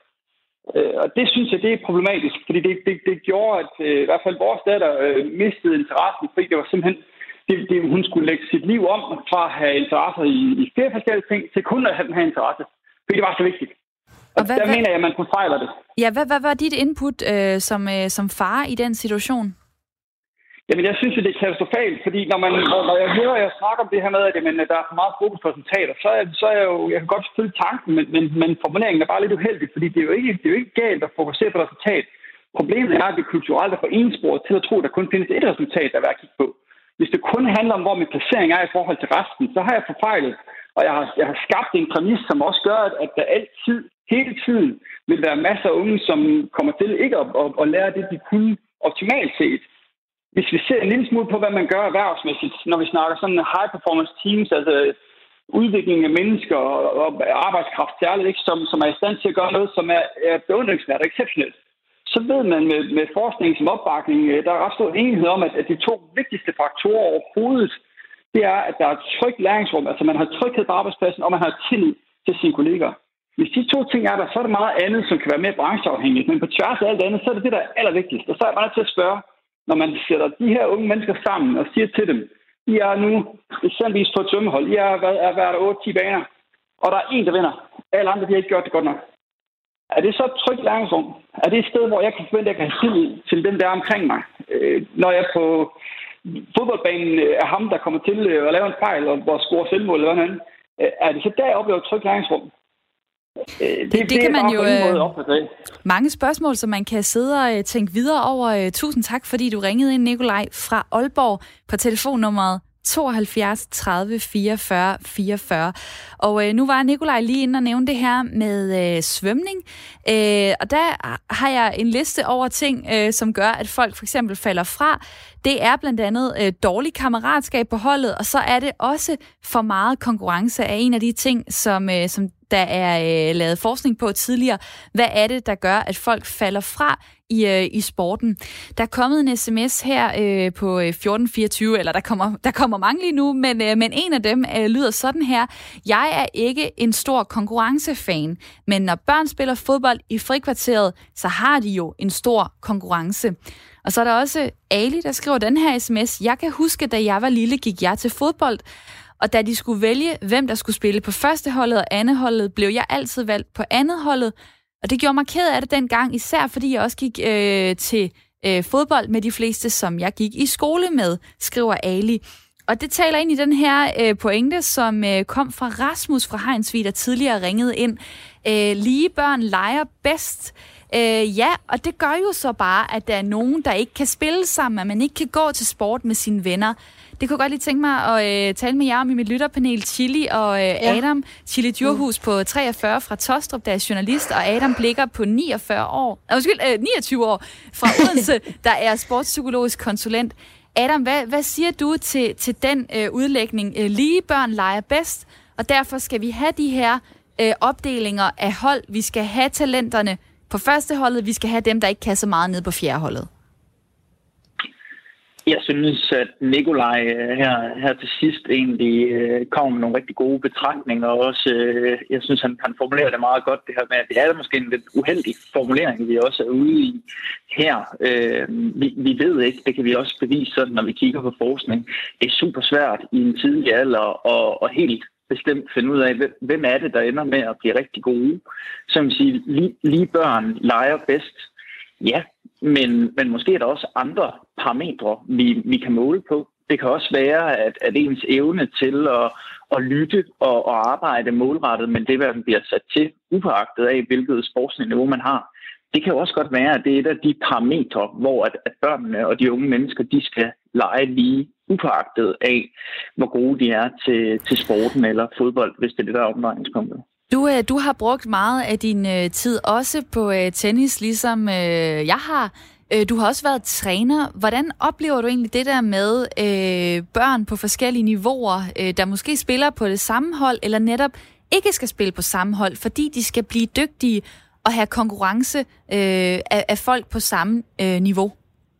Og det synes jeg, det er problematisk, fordi det gjorde, at i hvert fald vores datter mistede interessen, fordi det var simpelthen, hun skulle lægge sit liv om fra at have interesser i flere forskellige ting, til kun at have interesse, fordi det var så vigtigt. Og der mener jeg, at man forfejler det. Ja, hvad var dit input som far i den situation? Jamen, jeg synes, at det er katastrofalt, fordi når jeg hører jer snakke om det her med, at der er for meget fokus på resultater, så er jeg kan godt følge tanken, men formuleringen er bare lidt uheldig, fordi det er jo ikke galt at fokusere på resultat. Problemet er, at det kulturelt er for ensporet til at tro, at der kun findes et resultat, der er værd at kigge på. Hvis det kun handler om, hvor min placering er i forhold til resten, så har jeg forfejlet. Og jeg har skabt en præmis, som også gør, at der altid, hele tiden, vil være masser af unge, som kommer til ikke at lære det, de kunne optimalt set. Hvis vi ser en lille smule på, hvad man gør erhvervsmæssigt, når vi snakker sådan high performance teams, altså udvikling af mennesker og arbejdskraft særligt, ikke, som er i stand til at gøre noget, som er beundringsværdigt og exceptionelt, så ved man med forskning som opbakning, der er ret stor enighed om, at de 2 vigtigste faktorer overhovedet, det er, at der er et trygt læringsrum, altså man har tryghed på arbejdspladsen, og man har tillid til sine kolleger. Hvis de 2 ting er der, så er der meget andet, som kan være mere brancheafhængigt, men på tværs af alt andet, så er det det, der er allervigtigst. Og så er jeg bare til at spørge, når man sætter de her unge mennesker sammen og siger til dem, I er nu eksempelvis på et svømmehold, I har været 8-10 baner, og der er en, der vinder. Alle andre, de har ikke gjort det godt nok. Er det så et trygt læringsrum? Er det et sted, hvor jeg kan forvente, at jeg kan have tillid til dem, der er omkring mig? Når jeg på fodboldbanen er ham, der kommer til at lave en fejl og score selvmål eller noget andet, er det så der, jeg oplever et trygt læringsrum? Det kan man jo mange spørgsmål, som man kan sidde og tænke videre over. Tusind tak, fordi du ringede ind, Nikolaj fra Aalborg, på telefonnummeret 72 30 44 44. Og nu var Nikolaj lige inde og nævne det her med svømning. Og der har jeg en liste over ting, som gør, at folk for eksempel falder fra. Det er blandt andet dårlig kammeratskab på holdet, og så er det også for meget konkurrence af en af de ting, som der er lavet forskning på tidligere. Hvad er det, der gør, at folk falder fra i sporten? Der er kommet en sms her på 1424, eller der kommer mange lige nu, men en af dem lyder sådan her. Jeg er ikke en stor konkurrencefan, men når børn spiller fodbold i frikvarteret, så har de jo en stor konkurrence. Og så er der også Ali, der skriver den her sms. Jeg kan huske, da jeg var lille, gik jeg til fodbold, og da de skulle vælge, hvem der skulle spille på førsteholdet og andetholdet, blev jeg altid valgt på andetholdet. Og det gjorde mig ked af det dengang, især fordi jeg også gik til fodbold med de fleste, som jeg gik i skole med, skriver Ali. Og det taler ind i den her pointe, som kom fra Rasmus fra Hejnsvig, der tidligere ringede ind. Lige børn leger bedst. Ja, og det gør jo så bare, at der er nogen, der ikke kan spille sammen, at man ikke kan gå til sport med sine venner. Det kunne jeg godt lige tænke mig at tale med jer om i mit lytterpanel, Chili og Adam. Chili Djurhus på 43 fra Tostrup, der er journalist, og Adam Blikker på 29 år fra Odense, der er sportspsykologisk konsulent. Adam, hvad siger du til den udlægning? Lige børn leger bedst, og derfor skal vi have de her opdelinger af hold. Vi skal have talenterne på førsteholdet, vi skal have dem, der ikke kan så meget ned på fjerdeholdet. Jeg synes, at Nikolaj her til sidst egentlig kom med nogle rigtig gode betragtninger, og også, jeg synes, han formulerer det meget godt, det her med, at det er måske en lidt uheldig formulering, vi også er ude i her. Vi ved ikke, det kan vi også bevise sådan, når vi kigger på forskning. Det er super svært i en tidlig alder og helt bestemt finde ud af, hvem er det, der ender med at blive rigtig gode. Som man siger, lige børn leger bedst. Ja, men måske er der også andre parametre, vi kan måle på. Det kan også være, at ens evne til at lytte og arbejde målrettet, men det, hvad man bliver sat til, upåagtet af, hvilket sportsligt niveau man har, det kan jo også godt være, at det er et af de parametre, hvor at børnene og de unge mennesker, de skal lege lige upåagtet af, hvor gode de er til sporten eller fodbold, hvis det er det, der er omdrejningspunktet. Du har brugt meget af din tid også på tennis, ligesom jeg har. Du har også været træner. Hvordan oplever du egentlig det der med børn på forskellige niveauer, der måske spiller på det samme hold, eller netop ikke skal spille på samme hold, fordi de skal blive dygtige og have konkurrence af folk på samme niveau?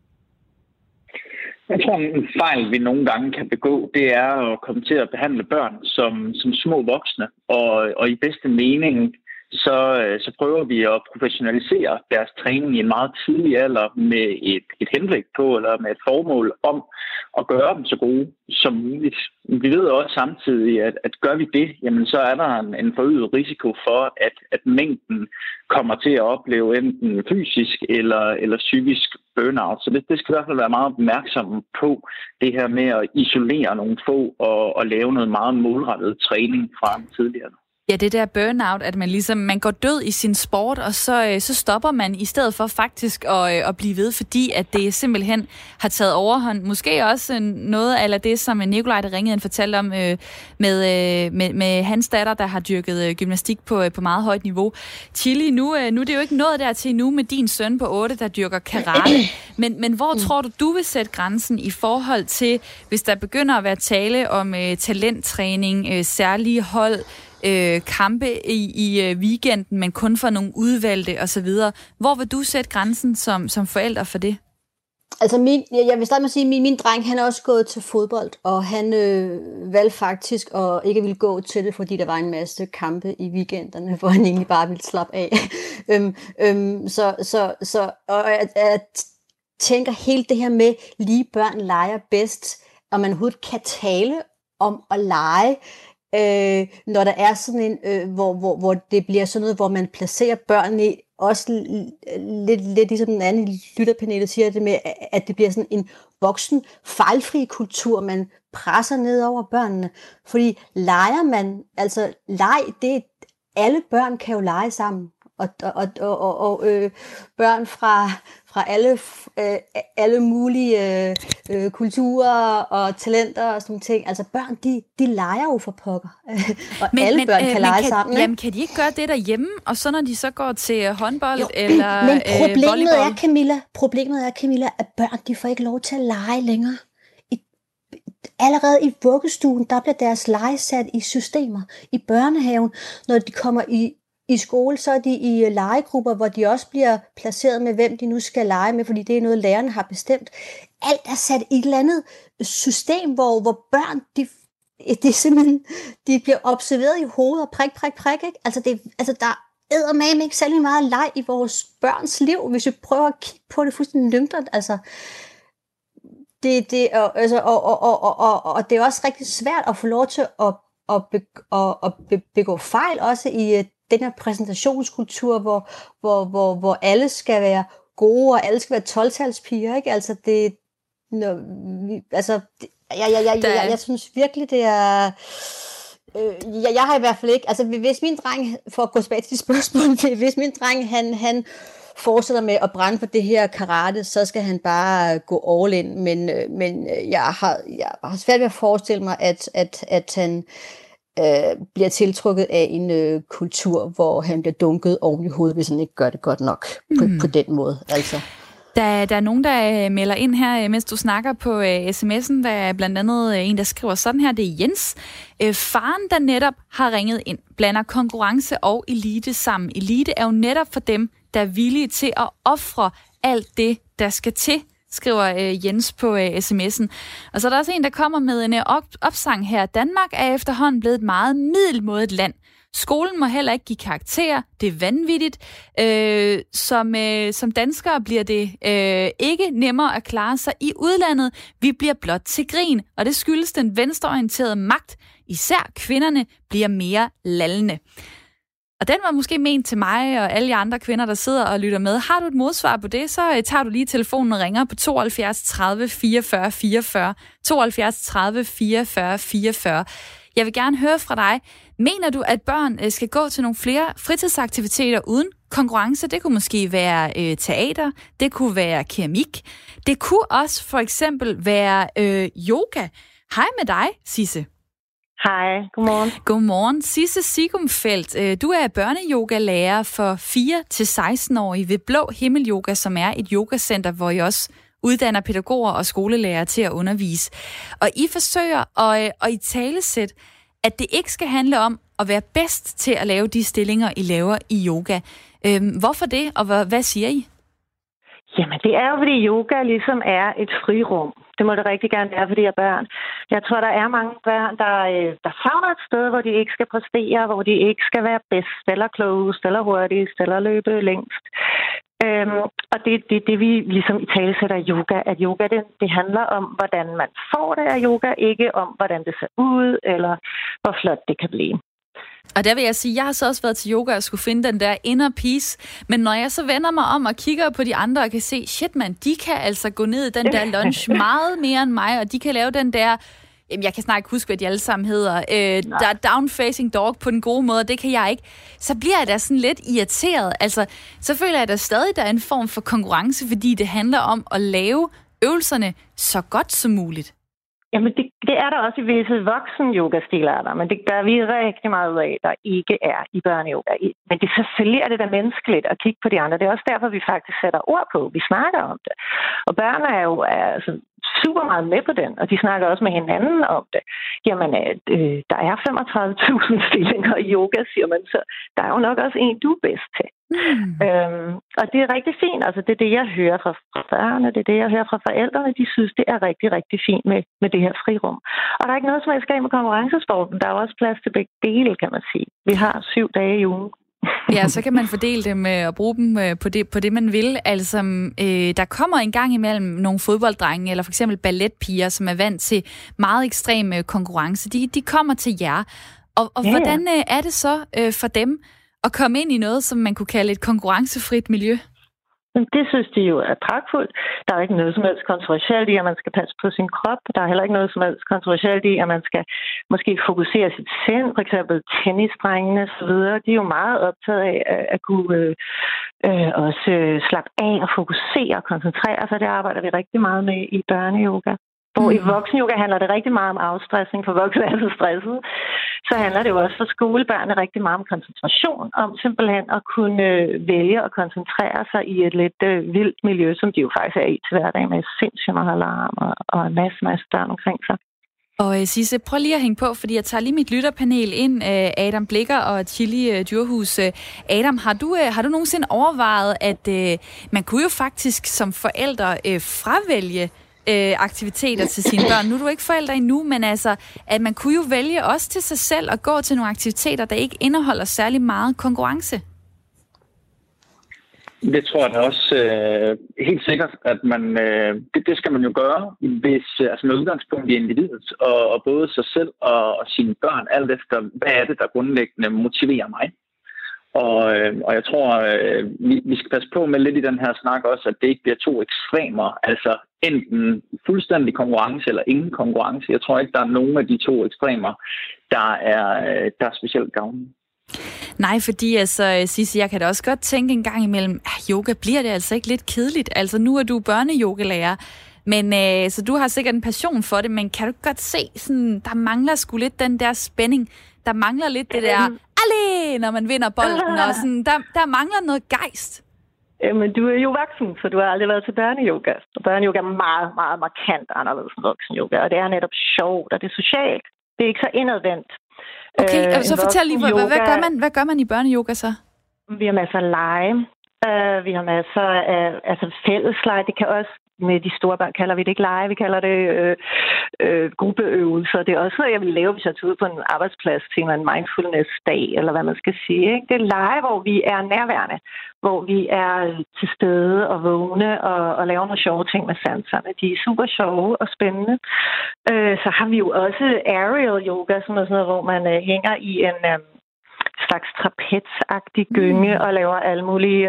Jeg tror, en fejl, vi nogle gange kan begå, det er at komme til at behandle børn som små voksne. Og i bedste mening, så prøver vi at professionalisere deres træning i en meget tidlig alder med et henblik på, eller med et formål om at gøre dem så gode som muligt. Vi ved også samtidig, at gør vi det, jamen så er der en forøget risiko for, at mængden kommer til at opleve enten fysisk eller psykisk burnout. Så det skal i hvert fald være meget opmærksom på det her med at isolere nogle få og lave noget meget målrettet træning fra tidligere. Ja, det der burnout, at man går død i sin sport, og så stopper man i stedet for faktisk at blive ved, fordi at det simpelthen har taget overhånd. Måske også noget af det, som Nikolaj, der ringede ind, fortalte om med hans datter, der har dyrket gymnastik på meget højt niveau. Chili, nu er det jo ikke noget dertil nu med din søn på 8, der dyrker karate. Men hvor tror du vil sætte grænsen i forhold til, hvis der begynder at være tale om talenttræning, særlige hold, kampe i weekenden, men kun for nogle udvalgte osv. Hvor vil du sætte grænsen som forælder for det? Altså jeg vil starte med at sige, at min dreng, han er også gået til fodbold, og han valgte faktisk at ikke ville gå til det, fordi der var en masse kampe i weekenderne, hvor han egentlig bare ville slappe af. Og jeg tænker helt det her med, lige børn leger bedst, og man overhovedet kan tale om at lege, når der er sådan en, hvor det bliver sådan noget, hvor man placerer børn i, også lidt ligesom den anden lytterpanel siger det med, at det bliver sådan en voksen, fejlfri kultur, man presser ned over børnene. Fordi leger man, altså det alle børn kan jo lege sammen. Og børn fra alle mulige kulturer og talenter og sådan ting. Altså børn, de leger jo for pokker. Og alle børn kan lege sammen. Jamen, kan de ikke gøre det derhjemme? Og så når de så går til håndbold eller volleyball? Problemet er, Camilla, at børn, de får ikke lov til at lege længere. allerede i vuggestuen, der bliver deres lege sat i systemer. I børnehaven, når de kommer i skole, så er de i legegrupper, hvor de også bliver placeret med, hvem de nu skal lege med, fordi det er noget, lærerne har bestemt. Alt er sat i et eller andet system, hvor børn, det er simpelthen, de bliver observeret i hovedet og prik, ikke? Altså, der er eddermame ikke særlig meget leg i vores børns liv, hvis vi prøver at kigge på det fuldstændig nøgternt. Altså, og det er også rigtig svært at få lov til at begå fejl, også i den her præsentationskultur, hvor alle skal være gode, og alle skal være 12-talspiger, ikke? Altså, jeg synes virkelig, det er... Jeg har i hvert fald ikke... Altså, hvis min dreng, for at gå tilbage til de spørgsmål, hvis min dreng, han fortsætter med at brænde på det her karate, så skal han bare gå all in. Men jeg har svært ved at forestille mig, at han bliver tiltrukket af en kultur, hvor han bliver dunket oven i hovedet, hvis han ikke gør det godt nok på den måde. Altså. Der er nogen, der melder ind her, mens du snakker på sms'en. Der er blandt andet en, der skriver sådan her. Det er Jens. Faren, der netop har ringet ind, blander konkurrence og elite sammen. Elite er jo netop for dem, der er villige til at ofre alt det, der skal til, skriver Jens på sms'en. Og så er der også en, der kommer med en opsang her. Danmark er efterhånden blevet et meget middelmådigt land. Skolen må heller ikke give karakterer. Det er vanvittigt. Som danskere bliver det ikke nemmere at klare sig i udlandet. Vi bliver blot til grin, og det skyldes den venstreorienterede magt. Især kvinderne bliver mere lallende. Og den var måske ment til mig og alle de andre kvinder, der sidder og lytter med. Har du et modsvar på det, så tager du lige telefonen og ringer på 72 30 44 44. 72 30 44 44. Jeg vil gerne høre fra dig. Mener du, at børn skal gå til nogle flere fritidsaktiviteter uden konkurrence? Det kunne måske være teater, det kunne være keramik. Det kunne også for eksempel være yoga. Hej med dig, Sisse. Hej, godmorgen. Godmorgen. Sisse Sigumfeldt, du er børneyogalærer for 4-16-årige ved Blå Himmel Yoga, som er et yogacenter, hvor I også uddanner pædagoger og skolelærer til at undervise. Og I forsøger at italesætte, at det ikke skal handle om at være bedst til at lave de stillinger, I laver i yoga. Hvorfor det, og hvad siger I? Jamen, det er jo, fordi yoga ligesom er et frirum. Det må det rigtig gerne være for de her børn. Jeg tror, der er mange børn, der savner et sted, hvor de ikke skal præstere, hvor de ikke skal være bedst, eller klogest, eller hurtigst, eller løbe længst. Og det vi ligesom i tale sætter yoga, at yoga det handler om, hvordan man får det af yoga, ikke om, hvordan det ser ud, eller hvor flot det kan blive. Og der vil jeg sige, jeg har så også været til yoga og skulle finde den der inner peace. Men når jeg så vender mig om og kigger på de andre og kan se, shit man, de kan altså gå ned i den der lunch meget mere end mig, og de kan lave den der, jeg kan snart ikke huske, hvad de alle sammen hedder, der er down-facing dog på den gode måde, det kan jeg ikke. Så bliver jeg da sådan lidt irriteret. Altså, så føler jeg da stadig, der er en form for konkurrence, fordi det handler om at lave øvelserne så godt som muligt. Jamen, det er der også i visse voksen-yoga-stilarter, men det gør vi rigtig meget ud af, der ikke er i børneyoga. Men det selvfølgelig er det da menneskeligt at kigge på de andre. Det er også derfor, vi faktisk sætter ord på. Vi snakker om det. Og børn er jo altså super meget med på den, og de snakker også med hinanden om det. Jamen, der er 35.000 stillinger i yoga, siger man, så der er jo nok også en, du er bedst til. Og det er rigtig fint. Altså, det er det, jeg hører fra børnene, det er det, jeg hører fra forældrene. De synes, det er rigtig, rigtig fint med det her frirum. Og der er ikke noget, som jeg skal med konkurrencesporten. Der er også plads til begge dele, kan man sige. Vi har 7 dage i ugen. Ja, så kan man fordele dem og bruge dem på det, man vil. Altså, der kommer en gang imellem nogle fodbolddrenge, eller for eksempel balletpiger, som er vant til meget ekstrem konkurrence. De kommer til jer. Og hvordan er det så for dem at komme ind i noget, som man kunne kalde et konkurrencefrit miljø? Men det synes de jo er pragtfuldt. Der er ikke noget som helst kontroversielt i, at man skal passe på sin krop. Der er heller ikke noget som helst kontroversielt i, at man skal måske fokusere sit sind. For eksempel tennisdrengene og så videre. De er jo meget optaget af at kunne også slappe af og fokusere og koncentrere sig. Det arbejder vi rigtig meget med i børneyoga. Hvor i voksenyoga handler det rigtig meget om afstressning, for voksne er så stresset. Så handler det jo også for skolebørnene rigtig meget om koncentration, om simpelthen at kunne vælge at koncentrere sig i et lidt vildt miljø, som de jo faktisk er i til hverdag med sindssygt meget alarm og en masse børn omkring sig. Og Sisse, prøv lige at hænge på, fordi jeg tager lige mit lytterpanel ind, Adam Blikker og Chili Djurhus. Adam, har du nogensinde overvejet, at man kunne jo faktisk som forældre fravælge aktiviteter til sine børn? Nu er du ikke forældre endnu, men altså, at man kunne jo vælge også til sig selv at gå til nogle aktiviteter, der ikke indeholder særlig meget konkurrence. Det tror jeg da også helt sikkert, at man det skal man jo gøre, hvis altså med udgangspunkt i individet og både sig selv og sine børn, alt efter hvad er det, der grundlæggende motiverer mig. Og jeg tror, vi skal passe på med lidt i den her snak også, at det ikke bliver to ekstremer, altså enten fuldstændig konkurrence eller ingen konkurrence. Jeg tror ikke, der er nogen af de to ekstremer, der er specielt gavnlige. Nej, fordi altså, Sisse, jeg kan da også godt tænke en gang imellem, yoga bliver det altså ikke lidt kedeligt? Altså, nu er du børneyogalærer, men så du har sikkert en passion for det, men kan du godt se, sådan, der mangler sgu lidt den der spænding. Der mangler lidt det der, når man vinder bolden, og sådan, der mangler noget gejst. Men du er jo voksen, så du har aldrig været til børneyoga. Og børneyoga er meget, meget markant anderledes end voksenyoga, og det er netop sjovt, og det er socialt. Det er ikke så indadvendt. Okay, så fortæl lige, hvad gør man i børneyoga så? Vi har masser af lege. Vi har masser af fællesleje. Det kan også, med de store børn kalder vi det ikke lege, vi kalder det gruppeøvelser. Det er også noget, jeg vil lave, hvis jeg tager ud på en arbejdsplads til en mindfulness-dag, eller hvad man skal sige. Ikke? Det er lege, hvor vi er nærværende, hvor vi er til stede og vågne og laver nogle sjove ting med sanserne. De er super sjove og spændende. Så har vi jo også aerial yoga, sådan noget, hvor man hænger i en slags trapezagtig gynge og laver alle mulige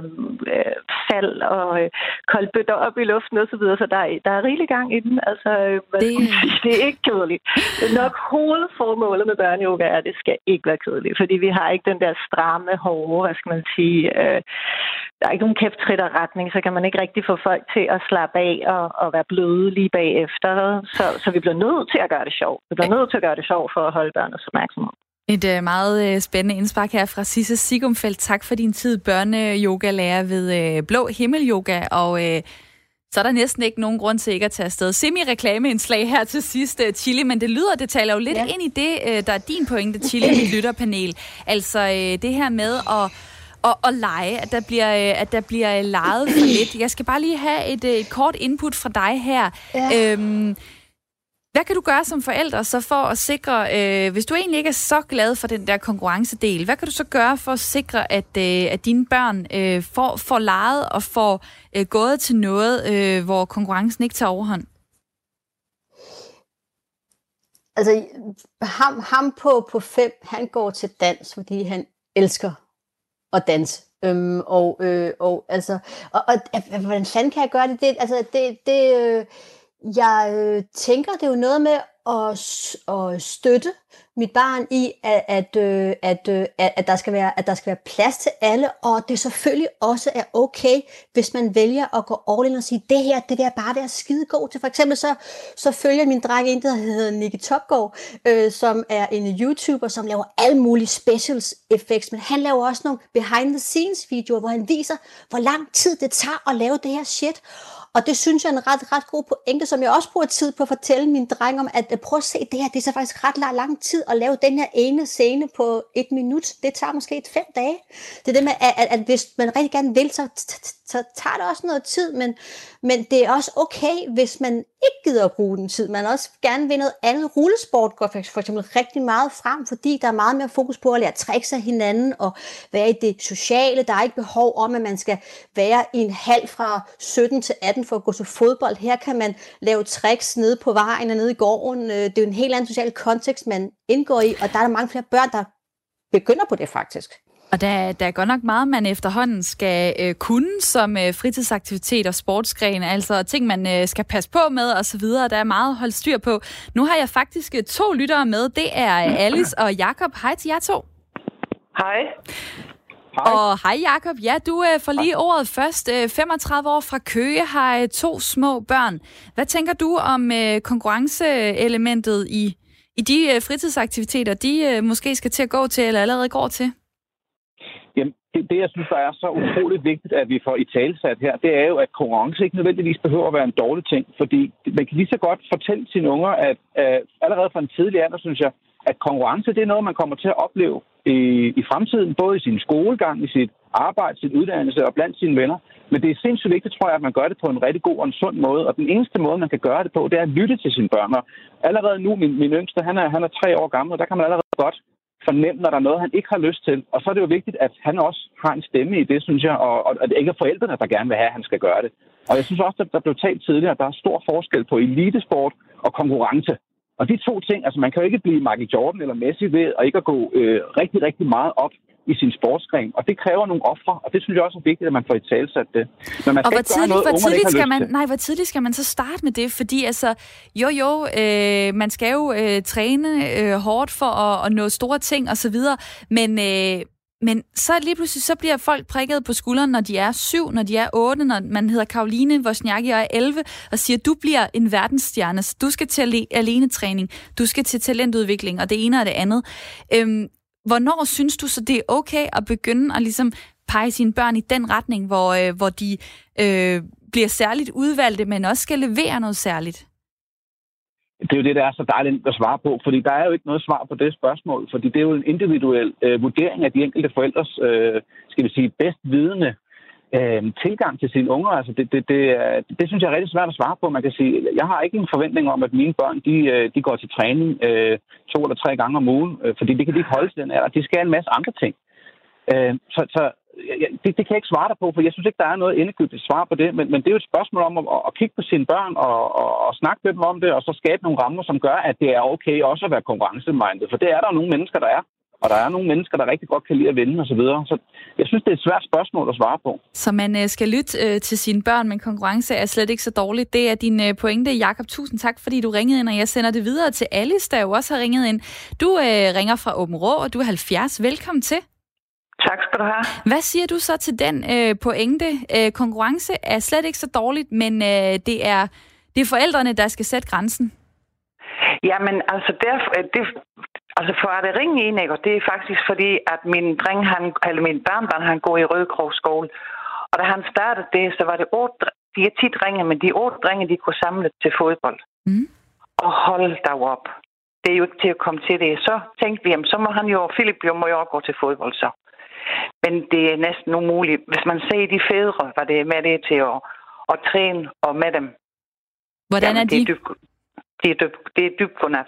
fald og koldbøtter op i luften og så videre. Så der er rigelig gang i den. Altså, det er ikke kedeligt. Nok hovedformålet med børneyoga er, at det skal ikke være kedeligt, fordi vi har ikke den der stramme, hårde, hvad skal man sige, der er ikke nogen kæft-tritterretning, så kan man ikke rigtig få folk til at slappe af og være bløde lige bagefter. Så vi bliver nødt til at gøre det sjovt. Vi bliver nødt til at gøre det sjovt for at holde børnenes opmærksomhed. Et meget spændende indspark her fra Sisse Sigumfeldt. Tak for din tid, børneyogalærer ved Blå Himmel Yoga, og så er der næsten ikke nogen grund til ikke at tage afsted. Semi-reklameindslag her til sidst, Chili, men det taler jo lidt ind i det, der er din pointe, Chili, i mit lytterpanel. Altså det her med at lege, at der bliver leget for lidt. Jeg skal bare lige have et kort input fra dig her. Ja. Hvad kan du gøre som forældre så for at sikre, hvis du egentlig ikke er så glad for den der konkurrencedel, hvad kan du så gøre for at sikre, at dine børn får leget og får gået til noget, hvor konkurrencen ikke tager overhånd? Altså, ham på 5, han går til dans, fordi han elsker at danse. Hvordan fanden kan jeg gøre det? Jeg tænker, det er jo noget med at støtte mit barn i, at der skal være plads til alle, og det selvfølgelig også er okay, hvis man vælger at gå all in og sige, det her, det vil jeg bare være skide god til. For eksempel så følger min dreng en, der hedder Nicky Topgaard, som er en YouTuber, som laver alle mulige specials effects, men han laver også nogle behind the scenes videoer, hvor han viser, hvor lang tid det tager at lave det her shit. Og det synes jeg er en ret god pointe, som jeg også bruger tid på at fortælle min dreng om, at prøv at se det her, det er så faktisk ret lang tid at lave den her ene scene på 1 minut. Det tager måske 5 dage. Det er det med, at hvis man rigtig gerne vil, så tager det også noget tid, men det er også okay, hvis man ikke gider at bruge den tid. Man også gerne vil noget andet. Rullesport går for eksempel rigtig meget frem, fordi der er meget mere fokus på at lære tricks af hinanden og være i det sociale. Der er ikke behov om, at man skal være i en hal fra 17 til 18 for at gå til fodbold. Her kan man lave tricks nede på vejen og nede i gården. Det er jo en helt anden social kontekst, man indgår i, og der er der mange flere børn, der begynder på det faktisk. Og der er godt nok meget, man efterhånden skal kunne som fritidsaktivitet og sportsgren, altså ting, man skal passe på med og så videre. Der er meget at holde styr på. Nu har jeg faktisk 2 lyttere med. Det er Alice og Jakob. Hej til jer 2. Hej. Og hej Jakob. Ja, du får lige ordet først. 35 år fra Køge, har 2 små børn. Hvad tænker du om konkurrenceelementet i de fritidsaktiviteter, de måske skal til at gå til eller allerede går til? Jamen, det, jeg synes, der er så utroligt vigtigt, at vi får italesat her, det er jo, at konkurrence ikke nødvendigvis behøver at være en dårlig ting. Fordi man kan lige så godt fortælle sine unger, at allerede fra en tidlig alder, synes jeg, at konkurrence, det er noget, man kommer til at opleve i fremtiden, både i sin skolegang, i sit arbejde, sit uddannelse og blandt sine venner. Men det er sindssygt vigtigt, tror jeg, at man gør det på en rigtig god og en sund måde. Og den eneste måde, man kan gøre det på, det er at lytte til sine børn. Og allerede nu, min yngste, han er 3 år gammel, og der kan man allerede godt fornemme, når der er noget, han ikke har lyst til. Og så er det jo vigtigt, at han også har en stemme i det, synes jeg, og at det ikke er forældrene, der gerne vil have, at han skal gøre det. Og jeg synes også, at der blev talt tidligere, at der er stor forskel på elitesport og konkurrence. Og de to ting, altså man kan jo ikke blive Michael Jordan eller Messi ved at ikke at gå rigtig, rigtig meget op i sin sportsgren. Og det kræver nogle ofre, og det synes jeg også er vigtigt, at man får italesat det. Men man skal hvor tidligt skal man så starte med det? Fordi altså, man skal jo træne hårdt for at nå store ting og så videre, men så lige pludselig, så bliver folk prikket på skulderen, når de er 7, når de er 8, når man hedder Karoline Wozniacki og er 11, og siger, du bliver en verdensstjerne, du skal til alenetræning, du skal til talentudvikling, og det ene og det andet. Hvornår synes du så, det er okay at begynde at ligesom pege sine børn i den retning, hvor de bliver særligt udvalgte, men også skal levere noget særligt? Det er jo det, der er så dejligt at svare på, fordi der er jo ikke noget svar på det spørgsmål, fordi det er jo en individuel vurdering af de enkelte forældres, skal vi sige, bedst vidende tilgang til sine unger. Altså det synes jeg er rigtig svært at svare på. Man kan sige, jeg har ikke en forventning om, at mine børn de går til træning 2 eller 3 gange om ugen, fordi det kan de ikke holde til den alder. De skal en masse andre ting. Det kan jeg ikke svare dig på, for jeg synes ikke, der er noget endegyldigt svar på det, men det er jo et spørgsmål om at kigge på sine børn og snakke med dem om det, og så skabe nogle rammer, som gør, at det er okay også at være konkurrencemindet, for det er der nogle mennesker, der er. Og der er nogle mennesker, der rigtig godt kan lide at vinde osv. Så jeg synes, det er et svært spørgsmål at svare på. Så man skal lytte til sine børn, men konkurrence er slet ikke så dårligt. Det er din pointe, Jakob. Tusind tak, fordi du ringede ind, og jeg sender det videre til Alice, der jo også har ringet ind. Du ringer fra Aabenraa, og du er 70. Velkommen til. Tak skal du have. Hvad siger du så til den pointe? Konkurrence er slet ikke så dårligt, men det er forældrene, der skal sætte grænsen. Jamen, altså, for at det ringe ind, ikke? Og det er faktisk fordi, at min barnbarn, han går i Rødekro skole. Og da han startede det, så var det 8, de er 10 drenge, men de 8 drenge, de kunne samle til fodbold. Mm. Og holde der op. Det er jo ikke til at komme til det. Så tænkte vi, jamen, så må Philip må jo også gå til fodbold så. Men det er næsten umuligt. Hvis man ser de fædre, hvad det er med det til at træne og med dem. Hvordan er de? Det er dybt godnat.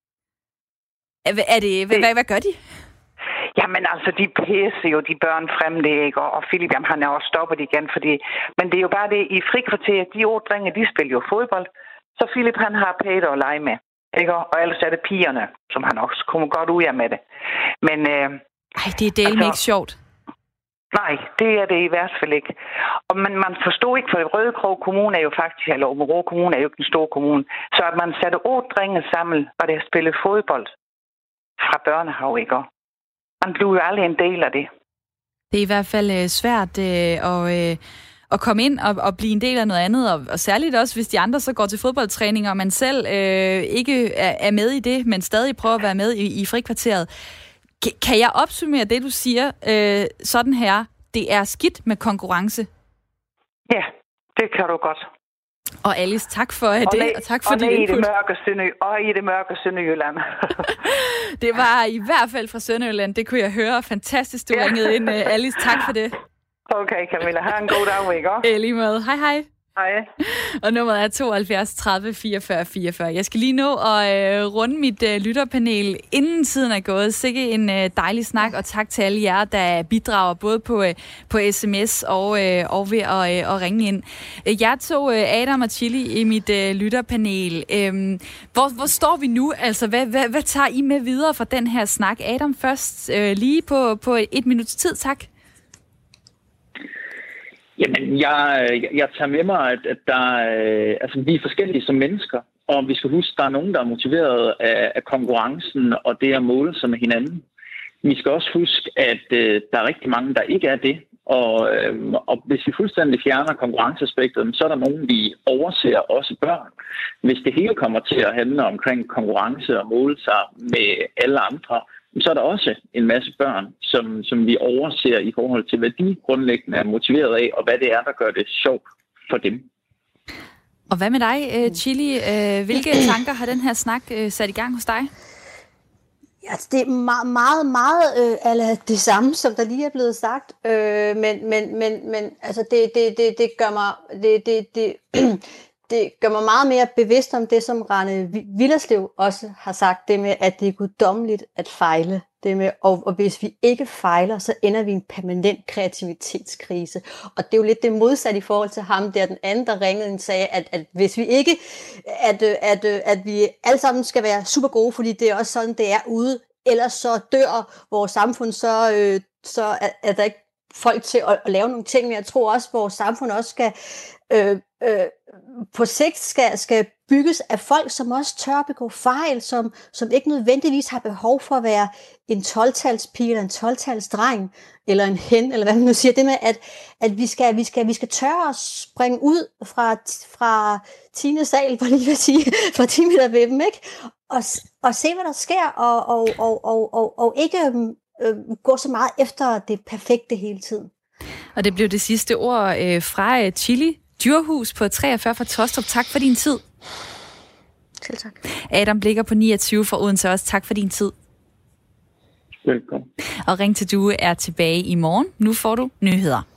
Hvad gør de? Jamen altså, de pæser jo de børn frem, det, ikke? Og Philip, jamen, han er også stoppet igen, fordi... Men det er jo bare det, i frikvarteret, de 8 drenge, de spiller jo fodbold. Så Philip, han har Peter at lege med, ikke? Og ellers er det pigerne, som han også kommer godt ud af med det. Men... det er delt ikke sjovt. Nej, det er det i hvert fald ikke. Og man forstår ikke, for Rødekro Kommune er jo faktisk, eller Aabenraa Kommune er jo ikke en stor kommune, så at man satte 8 drenge sammen, og det har spillet fodbold fra børnehave, ikke? Man blev jo aldrig en del af det. Det er i hvert fald svært at komme ind og blive en del af noget andet, og særligt også, hvis de andre så går til fodboldtræning, og man selv ikke er med i det, men stadig prøver at være med i frikvarteret. Kan jeg opsummere det, du siger sådan her? Det er skidt med konkurrence. Ja, det kan du godt. Og Alice, tak for det, og tak for dit input. Og i det mørke Sønderjylland. Det var i hvert fald fra Sønderjylland, det kunne jeg høre. Fantastisk, du ringede ind, Alice. Tak for det. Okay, Camilla. Ha' en god dag, ikke? Lige måde. Hej, hej. Hej. Og nummeret er 72 30 44 44. Jeg skal lige nå at runde mit lytterpanel, inden tiden er gået. Sikke en dejlig snak, og tak til alle jer, der bidrager både på sms og ved at ringe ind. Jeg tog Adam og Chili i mit lytterpanel. Hvor står vi nu? Altså, hvad tager I med videre fra den her snak? Adam først, lige på 1 minuts tid, tak. Jamen, jeg tager med mig, at vi er forskellige som mennesker, og vi skal huske, at der er nogen, der er motiveret af konkurrencen og det at måle sig med hinanden. Vi skal også huske, at der er rigtig mange, der ikke er det, og hvis vi fuldstændig fjerner konkurrenceaspektet, så er der nogen, vi overser, også børn. Hvis det hele kommer til at handle omkring konkurrence og måle sig med alle andre, så er der også en masse børn, som vi overser i forhold til, hvad de grundlæggende er motiveret af, og hvad det er, der gør det sjovt for dem. Og hvad med dig, Chili? Hvilke tanker har den her snak sat i gang hos dig? Ja, det er meget det samme, som der lige er blevet sagt. Men altså det gør mig det gør mig meget mere bevidst om det, som Rane Willerslev også har sagt, det med, at det er guddommeligt at fejle. Det med, og hvis vi ikke fejler, så ender vi i en permanent kreativitetskrise. Og det er jo lidt det modsatte i forhold til ham, der den anden, der ringede og sagde, at hvis vi ikke, at vi alle sammen skal være super gode, fordi det er også sådan, det er ude, ellers så dør vores samfund, så er der ikke folk til at lave nogle ting, men jeg tror også, at vores samfund også skal på sigt skal bygges af folk, som også tør at begå fejl, som ikke nødvendigvis har behov for at være en 12-talspige eller en 12-talsdreng, eller en hen, eller hvad man nu siger. Det med, at vi skal tørre at springe ud fra 10. sal, for lige at sige, fra 10 meter ved dem, ikke? Og se, hvad der sker, og ikke gå så meget efter det perfekte hele tiden. Og det blev det sidste ord fra Chili Djurhus på 43 fra Tostrup. Tak for din tid. Selv tak. Adam Blikker på 29 fra Odense også. Tak for din tid. Velkommen. Og Ring til Due er tilbage i morgen. Nu får du nyheder.